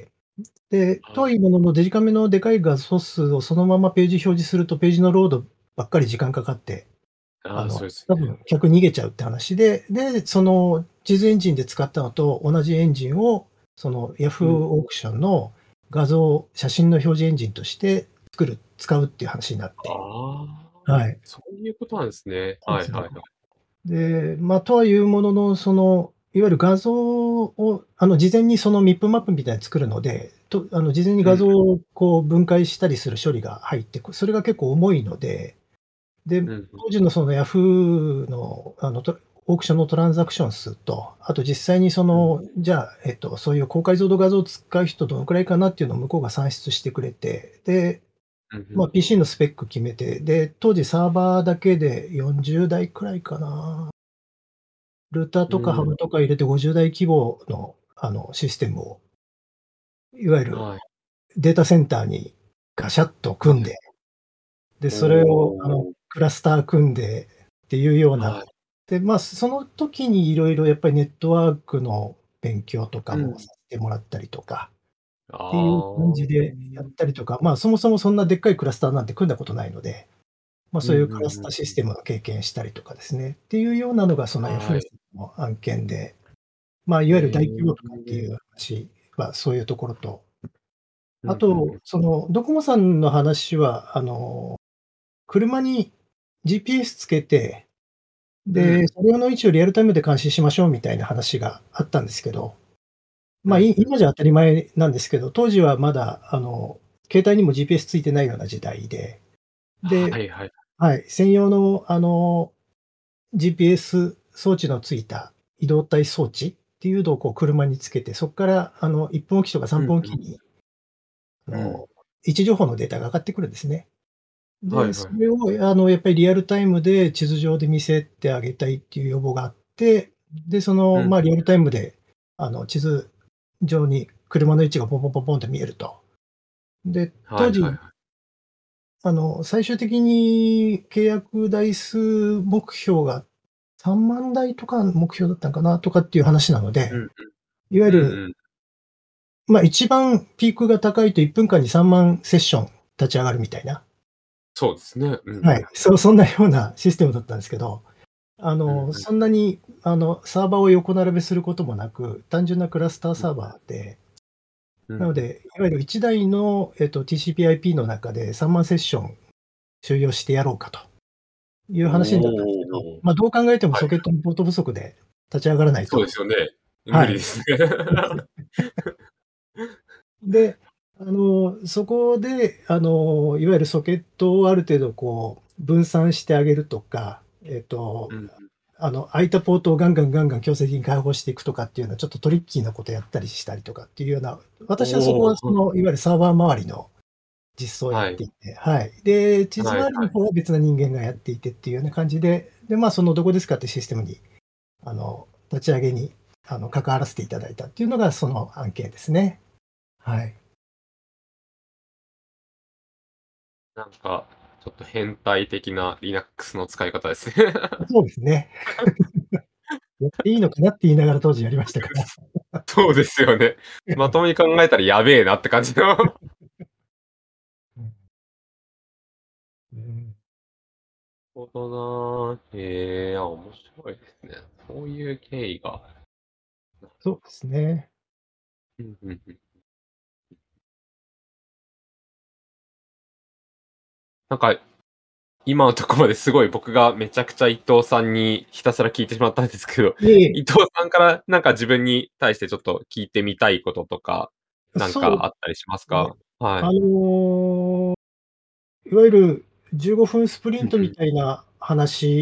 で、とはい。 はいうもののデジカメのでかい画素数をそのままページ表示するとページのロードばっかり時間かかって、 ああ、 あの、 そうですね。 多分客逃げちゃうって話で、で、その地図エンジンで使ったのと同じエンジンを、そのヤフーうん。 オークションの画像写真の表示エンジンとして作る使うっていう話になって。 ああ、 はい。 そういうことなんですね。 そうですね。 はいはいはい。 で、ま、とはいうものの、その、いわゆる画像を、あの、事前にそのミップマップみたいに作るので、とあの、事前にうん。 画像をこう分解したりする処理が入って、こそれが結構重いので、で、 うんうん。 当時のそのヤフーの、あの、トオークションのトランザクション数と、あと実際にそうん。 の、じゃあ、えっと、そういう高解像度画像を使う人どのくらいかなっていうのを向こうが算出してくれて、で、ま、 うんうん。 ピーシー のスペック決めて、で、当時サーバーだけでよんじゅうだいくらいかな。ルーターとかハうん。 ブとか入れてごじゅうだい規模の、あの、システムをいわゆるはい。 データセンターにガシャッとはい。 組んでで、 おそれをあの、 お。 クラスター組んでっていうような。 はい。 で、ま、その時に色々やっぱりネットワークの勉強とかうん。 もさせてもらったりとかあっていう感あ。 じでやったりとか、まあ、そもそもそんなでっかいクラスターなんて組んだことないので、ま、 うんうんそういうクラスうんうん。 ターシステムの経験したりとかですね。っていうようなのがそのヤフーはい。 の案件で、まあ、いわゆるへ大規模とかっていえ。 う話はそういうところと、 うん、 あと、 ふんふん。 そのドコモさんの話は、あの、車に ジーピーエス つけて、で、 うん。 車両の位置をリアルタイムで監視しましょうみたいな話があったんですけど、ま、いうん、ふん。 今じゃ当たり前なんですけど、当時はまだあの、携帯にも ジーピーエス ついてないような時代で、ではいはい。 はい、専用のあの、ジーピーエス 装置の付いた移動体装置っていうのをこう車につけて、そっからあの、いっぷんおきとかさんうんうん。 ぷんおきにあうん。 の、位置情報のデータが上がってくるんですね。で、 はいはい。 それをあの、やっぱりリアルタイムで地図上で見せてあげたいっていう要望があって、で、その、 うん。 ま、リアルタイムであの、地図上に車の位置がポンポンポンポンって見えると。で、当時はいはいはい。 あの、最終的に契約台数目標がさんまんだいとか目標だったんかなとかっていう話なので、 うんうん。 いわゆるうんうん。 ま、一番ピークが高いといっぷんかんにさんまんセッション立ち上がるみたいな。 そうですね。うん。 はい、そそんなようなシステムだったんですけど、あの、 うんうん。 そんなにあの、サーバーを横並べすることもなく、単純なクラスターうん。 サーバーで、 うん、ふん。 なので、いわゆるいちだいのえっと、TCP/IP の中でさんまんセッション収容してやろうかというお話になったんですけど、 お。 ま、どう考えてもはいはい。 ソケットのポート不足で立ち上がらないと。 そうですよね。無はい。 理ですね。 で、あの、そこで、あの、いわゆるソケットをある程度こう分散してあげるとか、えっと、 うんうん。 あの、空いたポートをガンガンガンガン強制的に開放していくとかっていうのはちょっとトリッキーなことやったりしたりとかっていうような、私はそこおお。 はその、いわゆるサーバー周りの実装をやっはい。 ていて、はい。で、地図はいはい。 周りの方は別な人間がやっていてっていうような感じで、で、ま、そのどこですかってシステムに、あの、立ち上げにあの、関わらせていただいたっていうのがその案件ですね。はい。 なんか、ちょっと変態的な Linux の使い方ですね。 そうですね。やっていいのかなって言いながら当時やりましたから。 そうですよね。まともに考えたらやべえなって感じの。 うん。うん。 ほどな。へえ、あ、面白いですね。そういう経緯が。 そうですね。 うん、ふんふん。なんか、今のとこまですごい僕がめちゃくちゃ伊藤さんにひたすら聞いてしまったんですけど、 いえいえ。 伊藤さんからなんか自分に対してちょっと聞いてみたいこととか、なんそうかあったりしますね。 か？はあい。 の、いわゆるじゅうごふんスプリントみうんうん。 たいな話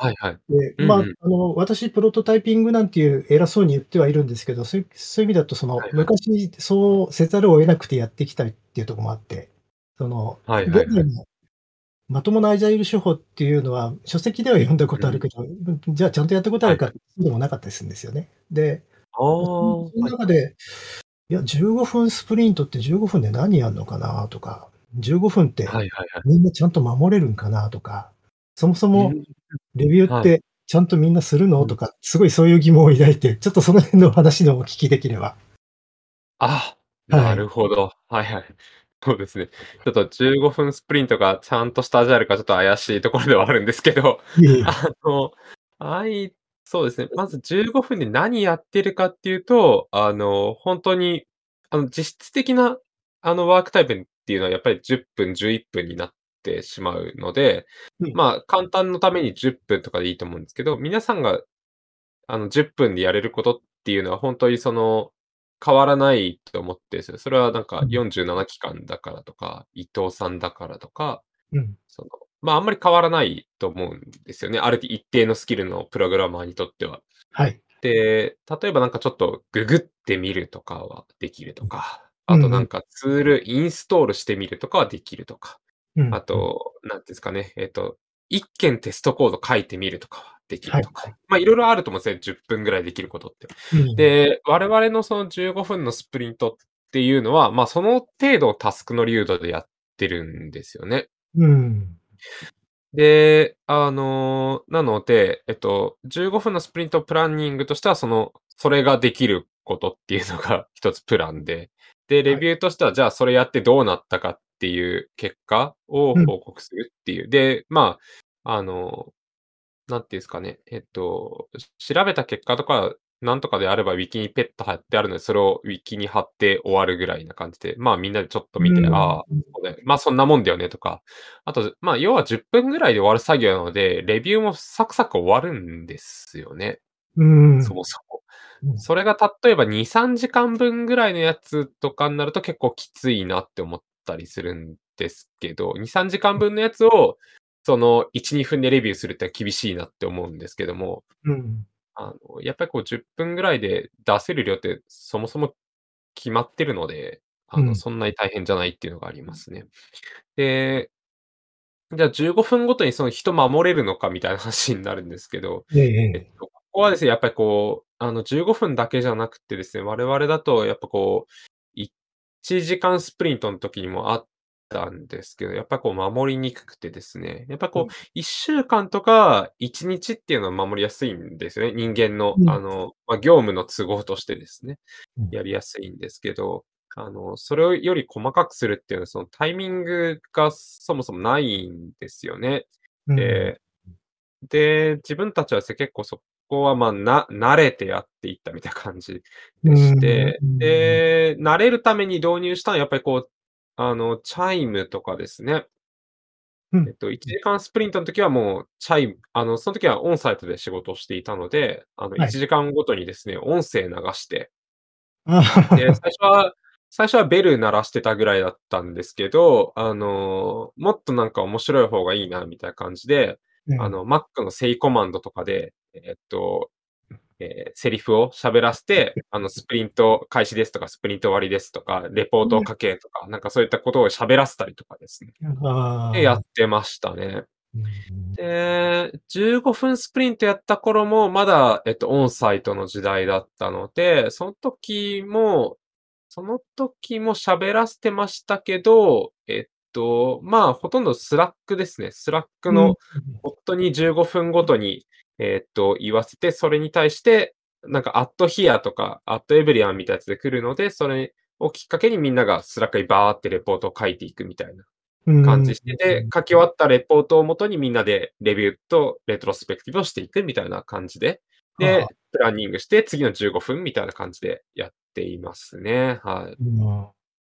はいはい。 で、ま、 うんうん。 あの、私プロトタイピングなんていう偉そうに言ってはいるんですけど、そういうそういう意味だとその、 はいはい。 昔そうせざるを得なくてやってきたっていうとこもあって、その、 はいはいはい。 現在のまともなアジャイル手法っていうのは、書籍では読んだこうん。 とあるけど、うん、じゃあちゃんとやったことあるか、 はいはい。 そうでもなかったりするんですよね。で、 ああ、 そんそんはいはい。 中で、いや、じゅうごふんスプリントってじゅうごふんで何やんのかなとか、じゅうごふんってはいはいはい。 みんなちゃんと守れるんかなとか、そもそもうん、 レビューっはい。 てちゃんとみんなするの？ うん。 とか、すごいそういう疑問を抱いて、ちょっとその辺の話のお聞きできれば。 あ、なはい。 るほど。はいはい。そうですね。ちょっとじゅうごふんスプリントがちゃんとしたアジャイルかちょっと怪しいところではあるんですけど、 いえいえ。 あの、あいそうですね、まずじゅうごふんで何やってるかっていうと、あの、ほんとに、あの、実質的な、あの、ワークタイムっていうのはやっぱりじゅっぷん、じゅういっぷんになってしまうので、 うん。 まあ、簡単のためにじゅっぷんとかでいいと思うんですけど、皆さんがあの、じゅっぷんでやれることっていうのはほんとにその、変わらないと思ってすよ。それはなんかうん。 よんじゅうななきかんだからとか、伊藤さんだからとか、 うん。 その、まあ、あんまり変わらないと思うんですよね。ある一定のスキルのプログラマーにとっては。 はい。 で、例えばなんかちょっとググってみるとかはできるとうん。 か、あとうんうん。 なんかツールインストールしてみるとかはできるとか、あうん、うん。 と、なんてんすかね、えっと、いっけんテストコード書いてみるとかはできるとか、 はいはい。 ま、色々あると思うんすね、じゅっぷんぐらいできることって。 うん。 で、我々のそのじゅうごふんのスプリントっていうのは、ま、その程度タスクの流度でやってるんですよね。 うん。 で、あの、なので、えっと、じゅうごふんのスプリントプランニングとしては、その、それができることっていうのが一つプランで、で、レはい。 ビューとしては、じゃあそれやってどうなったかっていう結果をうん。 報告するっていう。で、まあ、あの、なんていうんすかね、えっと、し調べた結果とか、なんとかであればウィキにペット貼ってあるので、それをウィキに貼って終わるぐらいな感じで、まあ、みんなでちょっとう見て、 ん、 ああ、 うん。 そうだよ、ま、そんなもんだよねとか、あと、まあ、要はじゅっぷんぐらいで終わる作業なので、レビューもサクサク終わるんですよね。 うーん。 そもそも。 うん。 それが例えばに、さんじかんぶんぐらいのやつとかんなると結構きついなって思ったりするんですけど、に、さんじかんうん。 ぶんのやつを、その、いち、にふんでレビューするって厳しいなって思うんですけども、 うん。 あの、やっぱりこうじゅっぷんぐらいで出せる量ってそもそも決まってるので、あの、 うん。 そんなに大変じゃないっていうのがありますね。でじゃあじゅうごふんごとにその人守れるのかみたいな話になるんですけど、 ええええ。 えっと、ここはですね、やっぱりこう、あの、じゅうごふんだけじゃなくてですね、我々だとやっぱこう、いちじかんスプリントん時にもあったんですけど、やっぱこう守りにくくてですね、やっぱこううん。 いっしゅうかんとかいちにちっていうのは守りやすいんですよね。人間のうん。 あの、ま、業務の都合としてですね、 うん。 やりやすいんですけど、あの、それをより細かくするっていうのは、そのタイミングがそもそもないんですよね。 うん。 でで、自分たちはですね、結構そこは、ま、な慣れてやっていったみたいな感じうーでしん、うて、 ーん。 で、慣れるために導入したのはやっぱりこう、あの、チャイムとかですね。 うん。 えっと、いちうん。 じかんスプリントん時はもうチャイムあの、その時はオンサイトで仕事をしていたので、あの、いはい。 ちじかんごとにですね、音声流してで、 あ。 最初は最初はベル鳴らしてたぐらいだったんですけど、あの、もっとなんか面白い方がいいなみたいな感じで、 うん。 あの、Mac のセイコマンドとかで、えっと、ええ、セリフを喋らせて、あの、スプリント開始ですとか、スプリント終わりですとか、レポートを書けとか、なんかそういったことを喋らせたりとかですね。で、やっああ。 てましたね。 うん、うん。 で、じゅうごふんスプリントやった頃も、まだ、えっと、オンサイトの時代だったので、その時もその時も喋らせてましたけど、えっと、まあ、ほとんどスラックですね。スラックうん、 のうん。 ボットにじゅうごふんごとに、えっと、言わせて、それに対して、なんか at here とか at everyone みたいなやつで来るので、それをきっかけにみんながスラックにバーってレポートを書いていくみたいなうーん、うん感じしてて、 うん。 書き終わったレポートをもとにみんなでレビューとレトロスペクティブをしていくみたいな感じで、 はあはあ。 で、プランニングして、次のじゅうごふんみたいな感じでやっていますね。はい。 うん、ああ。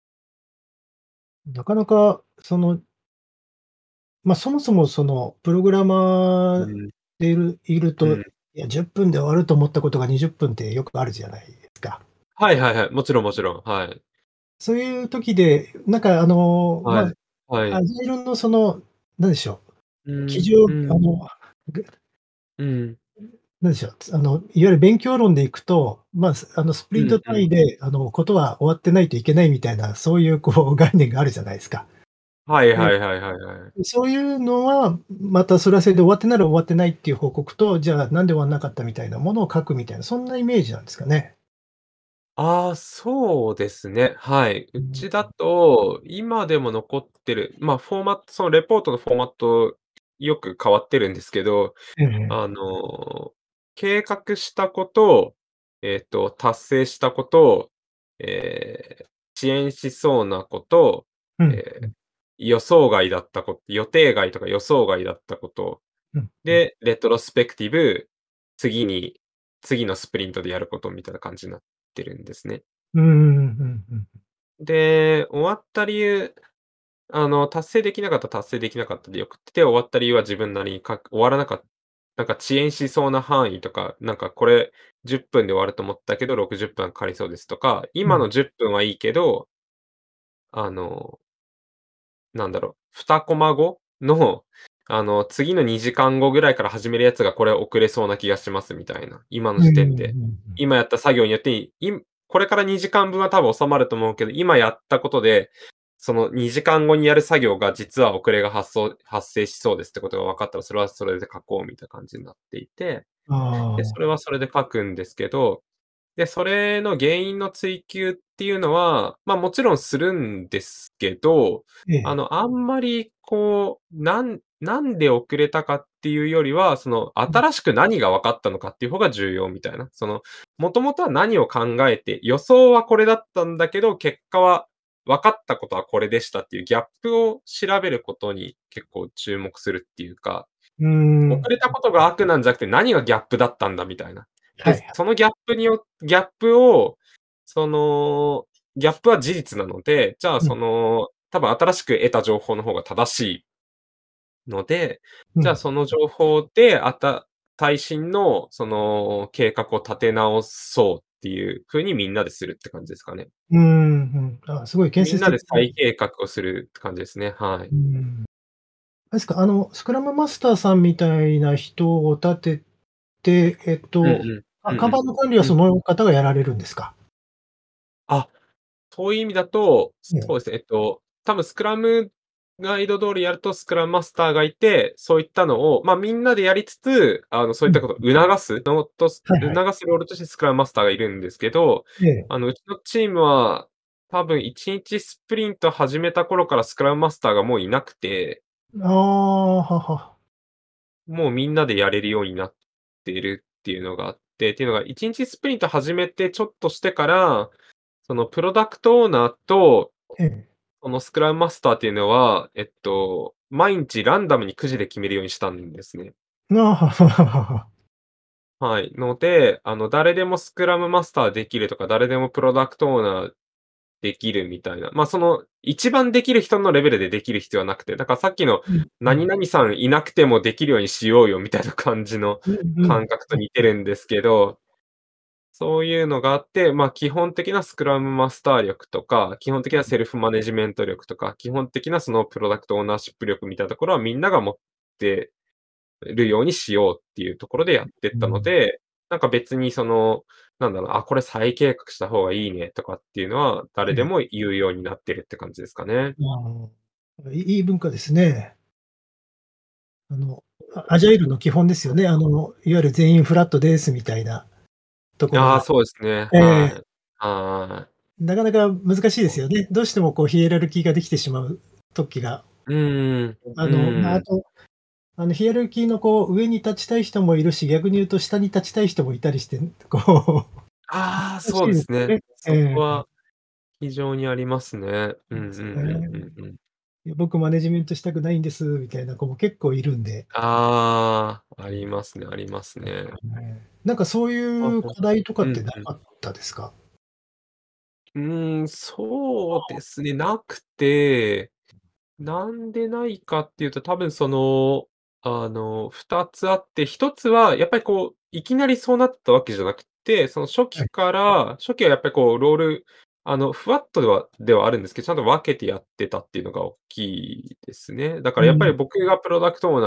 なかなかそのま、そもそもそのプログラマーうん。 でいるいると、 うん。 いや、じゅっぷんで終わると思ったことがにじゅっぷんってよくあるじゃないですか。 はいはいはい。もちろんもちろん。はい。 そういう時で、なんかあの、ま、 はい。はい。 アジャイルのその、なんでしょう、 うん、 基準うん。 あの、ぐうん。 なんでしょう、つあの、いわゆる勉強論でいくと、まあ、すあの、スプリントうんうん。 単位で、あの、ことは終わってないといけないみたいな、そういうこう概念があるじゃないすか。 はいで、 はいはいはいはい。 そういうのは、またそれはそれで終わってなら終わってないっていう報告と、じゃあ、なんで終わんなかったみたいなものを書くみたいな、そんなイメージなんですかね？ ああ、そうですね、はい。 うん。 うちだと、今でも残ってる、ま、フォーマットそのレポートのフォーマット、よく変わってるんですけど、 ええええ。 あの、計画したこと、えっと、達成したこと、ええ、遅延しそうなこと、 うん、 ええ、 うん。 予想外だったこ予定外とか予想外だったこと、 うん、うん。 で、レトロスペクティブ、次に次のスプリントでやることみたいな感じなってるんですね。 うんうんうんうんうん。 で、終わった理由、あの、達成できなかった達成できなかったでよくって、終わった理由は自分なりに書く終わらなかなんか遅延しそうな範囲とか、なんかこれじゅっぷんで終わると思ったけど、ろくじゅっぷんかかりそうですとか、 うん。 今のじゅっぷんはいいけどあのなんだろう、ふたコマごの、あの、次のにじかんごぐらいから始めるやつがこれ遅れそうな気がしますみたいな、今のうんうんう時点で。 んうん。 今やった作業によって、いいんこれからにじかんぶんは多分収まると思うけど、今やったことで、そのにじかんごにやる作業が実は遅れが発そう発生しそうですってことが分かったら、それはそれで書こうみたいな感じになっていて、で、そああ。 れはそれで書くんですけど、で、それの原因の追求っていうのは、ま、もちろんするんですけど、 ええ。 あの、あんまりこう、なんなんで遅れたかっていうよりは、その、 うん。 新しく何が分かったのかっていう方が重要みたいな。その、もともとは何を考えて、予想はこれだったんだけど、結果は分かったことはこれでしたっていうギャップを調べることに結構注目するっていうか、 うーん。 遅れたことが悪なんじゃなくて、何がギャップだったんだみたいな。で、 はいはい。 そのギャップによギャップを、その、ギャップは事実なので、じゃあ、 うん。 その、多分新しく得た情報の方が正しいので、じゃあ、 うん。 その情報で、あた最新のその計画を立て直そうっていう風にみんなでするって感じですかね。 うーん、うん。あ、すごい建みんなで設的な。 再計画をするって感じですね、はい。 うーん。あれすか、あの、スクラムマスターさんみたいな人を立てて、えっと、 うんうん。 あ、 うんうん。 看板の管理はうん。 その方がやられるんですか？ あ、そういう意味だと、 ええ。 そうですね、えっと、多分スクラムガイド通りやるとスクラムマスターがいて、そういったのを、ま、みんなでやりつつ、あの、そういうん、 ったことをうん。 促すのとすはいはい。 促すロールとしてスクラムマスターがいるんですけど、 ええ。 あの、うちのチームは、多分いちにちスプリント始めた頃からスクラムマスターがもういなくてああ、はは。 もうみんなでやれるようになっているっていうのがあって、っていうのがいちにちスプリント始めてちょっとしてから、そのプロダクトオーナーと、 ええ。 そのスクラムマスターっていうのは、えっと、毎日ランダムにくじで決めるようにしたんですね。 ああ、ははははは。 はい。ので、あの、誰でもスクラムマスターできるとか、誰でもプロダクトオーナーできるみたいな、ま、その、一番できる人のレベルでできる必要はなくて、だからさっきのうん、うん。 何々さんいなくてもできるようにしようよみたいな感じのうんうん。 感覚とはい。 似てるんですけど、そういうのがあって、ま、基本的なスクラムマスター力とか、基本的うん。 なセルフマネジメント力とか、基本的なそのプロダクトオーナーシップ力みたいなところはみんなが持ってるようにしようっていうところでやってったのうん。 で、なんか別にその、なんだろう、あ、これ再計画した方がいいねとかっていうのは、誰ええ。 でも言うようになってるって感じですかね。 ああ、いいい文化ですね。あの、アアジャイルの基本ですよね。あの、いわゆる全員フラットですみたいなところああ、 が。 そうですね、 ええ。 はい。はい。 なかなか難しいですよね。どうしてもこうヒエラルキーができてしまう時が。 うーん、うあの、ま、 ーん。 あと、あの、ヒエラルキーのこう上に立ちたい人もいるし、逆に言うと下に立ちたい人もいたりして、こうああ、 難しいそうですね。 ですよね。 そこええ。 は非常にありますね。うんうんそうですうんね。 うんうん。 いや、僕マネジメントしたくないんですみたいな子も結構いるんで。 ああ、ありますねありますね。 なんかそうあ、 いうほ課題とかってうんうん。 なかったですか？ うーん、そうですね、なくて、なんでないかっていうと、多分その、あの、ふたつあって、ひとつはやっぱりこう、いきなりそうなったわけじゃなくて、その初期はい。 から初期はやっぱりこうロール、あの、ふわっとではではあるんですけど、ちゃんと分けてやってたっていうのが大きいですね。だからやっぱりうん。 僕がプロダクトオーナーだ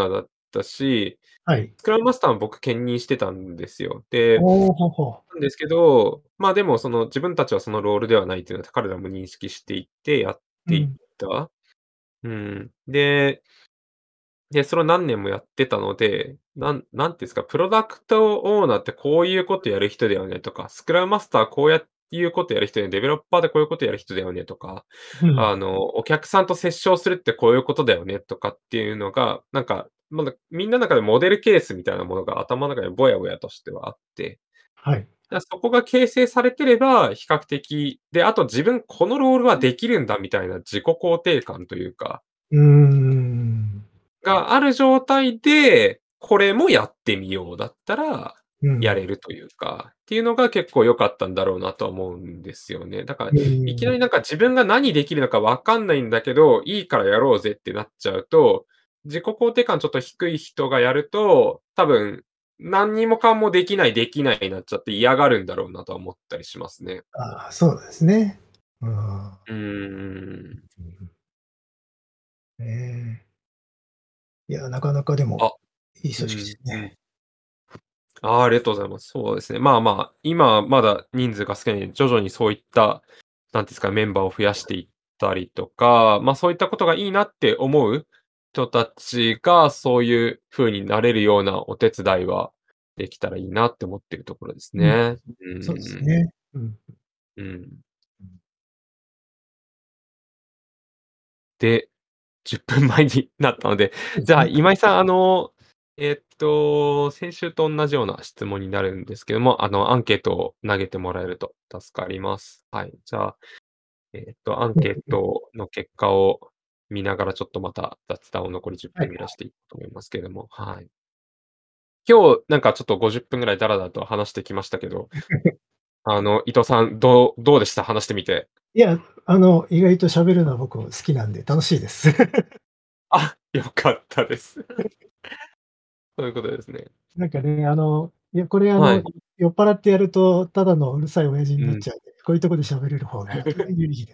たし、 はい。 スクラムマスターも僕兼任してたんですよ。で、 おお、ほほ。 なんですけど、まあ、でもその自分たちはそのロールではないっていうのは彼らも認識していてやっていっうん。 た。うん。でで、それを何年もやってたので、なんなんていうんすか、プロダクトオーナーってこういうことやる人だよねとか、スクラムマスターこうやいうことやる人で、デベロッパーでこういうことやる人だよねとか、 うん。 あの、お客さんと接触するってこういうことだよねとかっていうのが、なんか、まだみんな中でモデルケースみたいなものが頭の中でぼやぼやとしてはあって、 はい。 だ、そこが形成されてれば比較的、で、あと自分このロールはできるんだみたいな自己肯定感というかうーん。 がある状態で、これもやってみようだったら、 うん。 やれるというか、っていうのが結構良かったんだろうなとは思うんですよね。だから、 うーん。 いきなりなんか自分が何できるのか分かんないんだけど、いいからやろうぜってなっちゃうと、自己肯定感ちょっと低い人がやると、多分、何にもかんもできないできないになっちゃって嫌がるんだろうなとは思ったりしますね。 ああ、そうですね。うーん。 うーん。 うん。ええ。いや、なかなかでも、 あ、 いい組織でうん、うん。 すね。 ああ、ありがとうございます。そうですね。まあまあ、今まだ人数が少ないんで、徐々にそういった、なんていうんすか、メンバーを増やしていったりとか、ま、そういったことがいいなって思う人たちが、そういう風になれるようなお手伝いはできたらいいなって思ってるところですうん。 ね。うそうですん。 ね。うん。 うん。 うん。 で、じゅっぷんまえになったので、じゃあ、 そうですね。 今井さん、あの、えっと、先週とおんなじような質問になるんですけども、あの、アンケートを投げてもらえると助かります。はい。じゃあ、えっと、アンケートの結果を見ながら、ちょっとまた雑談を残り10 はい。 分ぐらいしていと思いますけれども、はい。今日、なんかちょっとごじゅっぷんぐらいダラダラと話してきましたけど、あの、伊藤さん、どうどうでした？話してみて。 いや、あの、意外と喋るのは僕も好きなんで楽しいです。 あ、良かったです。そういうことですね。 なんかね、あの、いや、これあの、 はい。 酔っ払ってやると、ただのうるさい親父にうん。 なっちゃうんで、こういうとこで喋れる方が有意義です。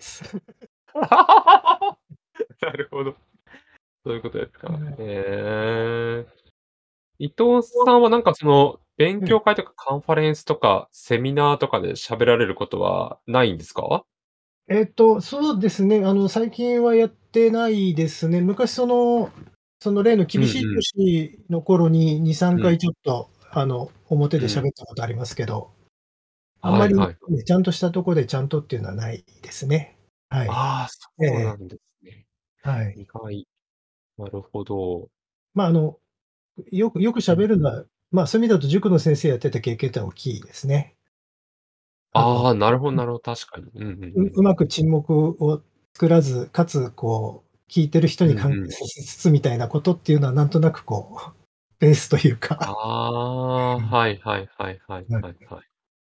なるほど。そういうことですか。 はい。 へえ。伊藤さんはなんかその、勉ええ。 強会とかカンファレンスとか、セミナーとかで喋られることはないんですか？ えっと、そうですね、あの、最近はやってないですね。昔そのその例のうん厳しいうん。 年の頃にに、さんうん。 かいちょっと、あの、表でうん。 喋ったことありますけど、あんまり、 はいはいはい。 ね、ちゃんとしたとこでちゃんとっていうのはないですね。はい。 ああ、 ええええ。 そうなんですね。 はい。 意外。なるほど。 ま、あの、よくよくうんうん。 喋るのは、ま、そういう意味だと塾の先生やってた経験ってのは大きいですね。あのああ、なるほどなるほど、確かに。うんうんうんううまうんうん。 く沈黙を作らず、かつこう、聞いてる人に関係うんうん。 させつつみたいなことっていうのはなんとなくこう、ベースというあか。 あ、 うん。 はいはいはいはいはい。 はいはい。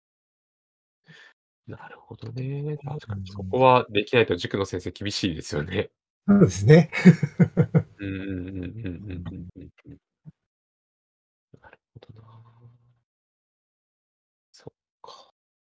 なるほどね。 うん確かにそこうん。 はできないと塾の先生厳しいですよね。 そうですね。 うんうんうんうんうんうんうんうん。なるほどな。そっか。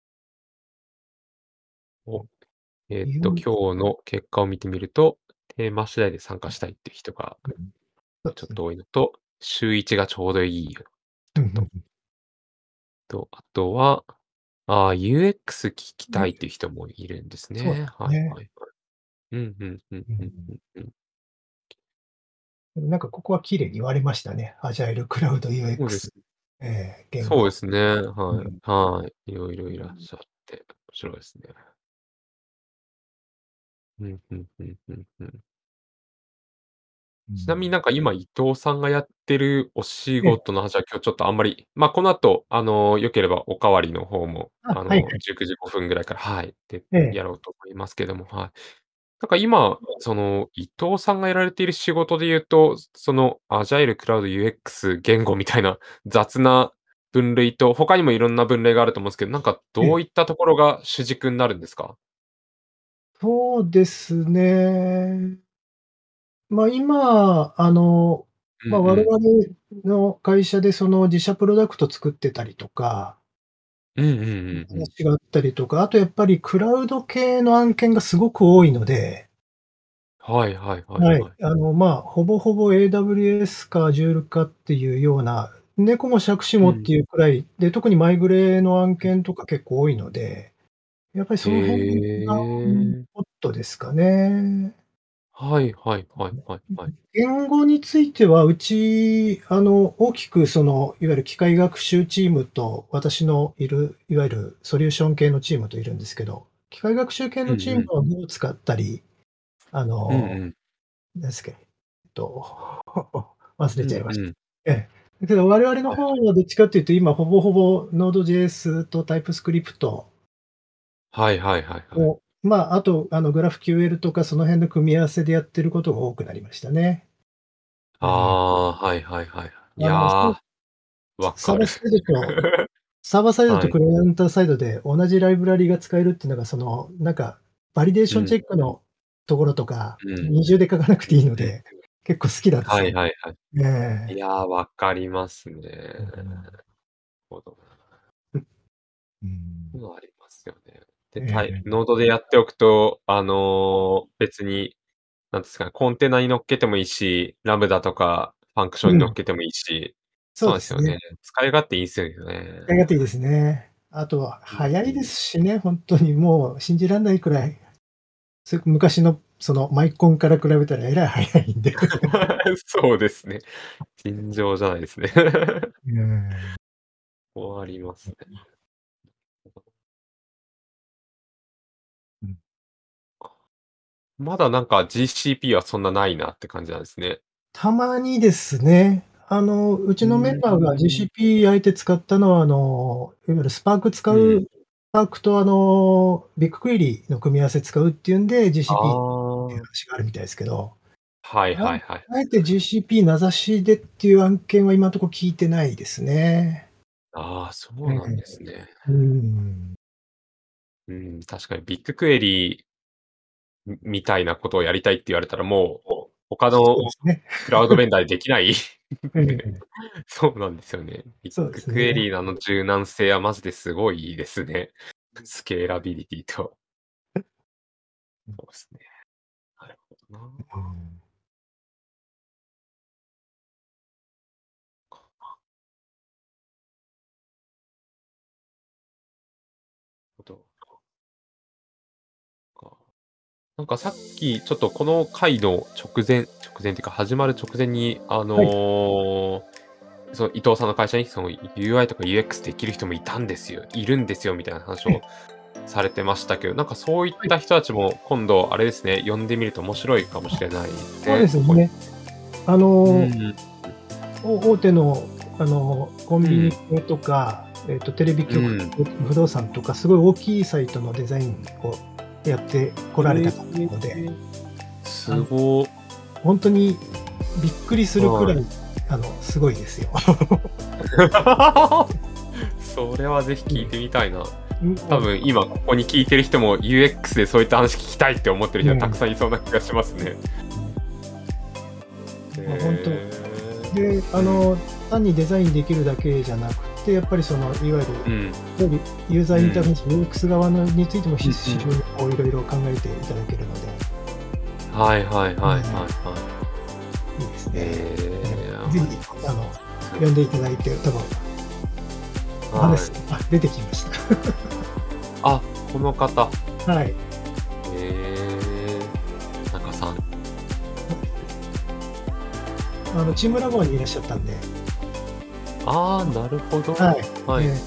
お、えっと、 いう、 今日の結果を見てみると、テーマ次第で参加したいっていう人がうん、そうですね。 ちょっと多いのと、週いちがちょうどいいようん、ふん人と、 ふん。 と、あとは、ああ、ユーエックス 聞きたいね、 っていう人もいるんですそうでね。 すね。 はいはいはい。うん、ふんふんふんうん。 ふんふん。 なんかここは綺麗に割れましたね。アジャイル、クラウド、 そうですユーエックス、ええ、言語。 そうですね。はい。 うん。 はい。いろいろいらっしゃって、面白いですね。うん、ふんふんふんふん。ちなみにうん。 なんか今伊藤さんがやってるお仕ええ。 事の話は今日ちょっとあんまり、ま、この後、あの、良ければお代わりの方も、 あ、 あの、 はいはい。 じゅうくじごふんぐらいからはい、で、 ええ。 やろうと思いますけども、はい。なんか今、その、伊藤さんがやられている仕事で言うと、その、アジャイル、クラウド、ユーエックス、言語みたいな雑な分類と、他にもいろんな分類があると思うんすけど、なんかええ。 どういったところが主軸んなるんですか？ そうですね。ま、今、あの、ま、我うんうん。 々の会社でその自社プロダクト作ってたりとかうんうんうんうん。 話があったりとか、あとやっぱりクラウド系の案件がすごく多いのではいはいはいはい。 はい。 あの、まあ、ほぼほぼ エーダブリューエス か Azure かっていうような、猫も杓子うん。 もっていうくらいで、特にマイグレの案件とか結構多いので、やっぱりその辺が、うん、 へえ。 ホットですかね。 はいはいはいはいはい。 言語については、うち、あの、大きくその、いわゆる機械学習チームと、私のいる、いわゆるソリューション系のチームといるんですけど、機械学習系のチームうんうん。 は Go を使ったり、あの、 うんうん。 なんですっけ、えっと、忘れちゃいました。 うんうん。 ええ。だけど我々のはいはい。 方はどっちかっていうと、今ほぼほぼ Node.js と TypeScript はいはいはいはい。 を、まあ、あと、あの、GraphQL とかその辺の組み合わせでやってることが多くなりましたね。 あええ。 あ、はいはいはい。いあの、そや、分かる。 サーバーサイドとサーバーサイドはい。 とクライアントサイドで同じライブラリが使えるっていうのが、その、なんか、バリデーションチうん。 ェックのところとか、 うん。 二重で書かなくていいのうん。 で、結構好きなんですはよ。 いはいはい。 えいえ。 や、分かりますね。 うなるん。 ほど。 うん。 そういうのありますよね。で、 えたいえ。 ノードでやっておくと、あの、別に、なんですかね、コンテナに乗っけてもいいし、ラムダとかファンクションに乗っうん。 けてもいいし、そうなんですよね。 そうですね。 使い勝手いいっすよね。 使い勝手いいですね。あとはうん早いでうん。 すしね、ほんとにもう信じらんないくらい、それ昔のそのマイコンから比べたらえらい早いんで。 そうですね。尋常じゃないですね。 うーん。 こうありますね。 うん。 まだなんか ジーシーピー はそんなないなって感じなんですね。 たまにですね、あの、ううちのメンバーがーん。 ジーシーピー あえて使ったのは、あの、いわゆるスパーク使うん。 うスパークとあの、ビッグクエリの組み合わせ使うっていうんで、 あジーシーピー っていうあ。 話があるみたいですけど、 はいあはいはいはい。 あえて ジーシーピー 名指しでっていう案件は今んとこ聞いてないですね。 ああ、そええ。 うなんですね。 うーん。 うん、確かにビッグクエリみみたいなことをやりたいって言われたら、もう、他のそうですね。 クラウドベンダーでできないえで、 え。 そうなんですよね。ビッそうでグクエすね。 リのあの柔軟性はマジですごいですね。スケーラビリティと。 うん。 そうですね。なるほどな。 うーん。 ほど。か。なんかさっきちょっとこの回の直前直前っていうか始まる直前に、あはい。 の、その伊藤さんの会社にその ユーアイ とか ユーエックス できる人もいたんですよいるんですよみたいな話ええ。 をされてましたけど、なんかそういっはい。 た人たちも今度あれですね、呼んでみると面白いかもしれないですそうでね、そこに。 すね。あの、 うんうん。 お大手の、あの、コンビニうん。 系とか、えっと、テレビ局、 うん。 不動産とか、すごい大きいサイトのデザインをやってこられえた方なので、 え。すあの、 ご。 ほんとにびっくりするくはい。 らい、あの、すごいですよ。 それはぜひ聞いうん。 てみたいな。 うん、 多あ分今ここに聞いてる人も ユーエックス でそういった話聞きたいって思ってる人たくええ。 さんいそうな気がしますね。 うん。ま、ほんと。 へえ。 で、あうん。 の、単にデザインできるだけじゃなくて、やっぱりその、いわゆる、 うん。 よりユーザーうん。 インターフェース、ユーエックス 側のについてもうんうん。 ひ非常にこう色々考えていただけるので。 はいはいええ。 はいはいはい。 いいですね。 へえ、 ええ、 あ、 ぜひ、 いいであの、 す。 呼んでいただいて、多分お話すはい。 あ、出てきました。 あ、この方。 はい。 へえ、田中さん。 あの、チームラボにいらっしゃったんで。 ああ、なるほど。 はい。 はい。 ええ。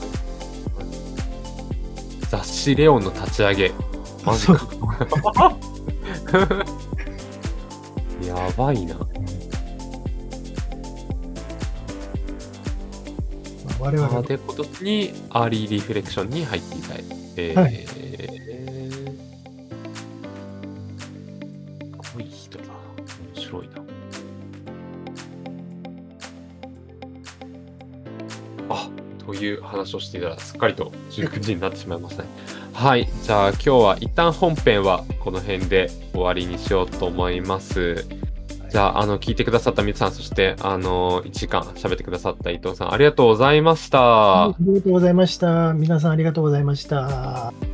雑誌レオンの立ち上げ、 あ、 マジか。 そうですね。 やばいな。 うん。ま、我々 ああ、 もで、今年にアーリーリフレクションに入っていたい。 はい。 へえ。すごい人だ。面白いな。あ、という話をしていたら、すっかりとじゅうくじになってしまいましたね。はい、じゃあ今日は一旦本編はこの辺で終わりにしようと思います。 はい。 じゃあ、あの、聞いてくださった皆さん、そして、あの、いちじかん喋ってくださった伊藤さん、ありがとうございましはい、あた。 りがとうございました。皆さんありがとうございました。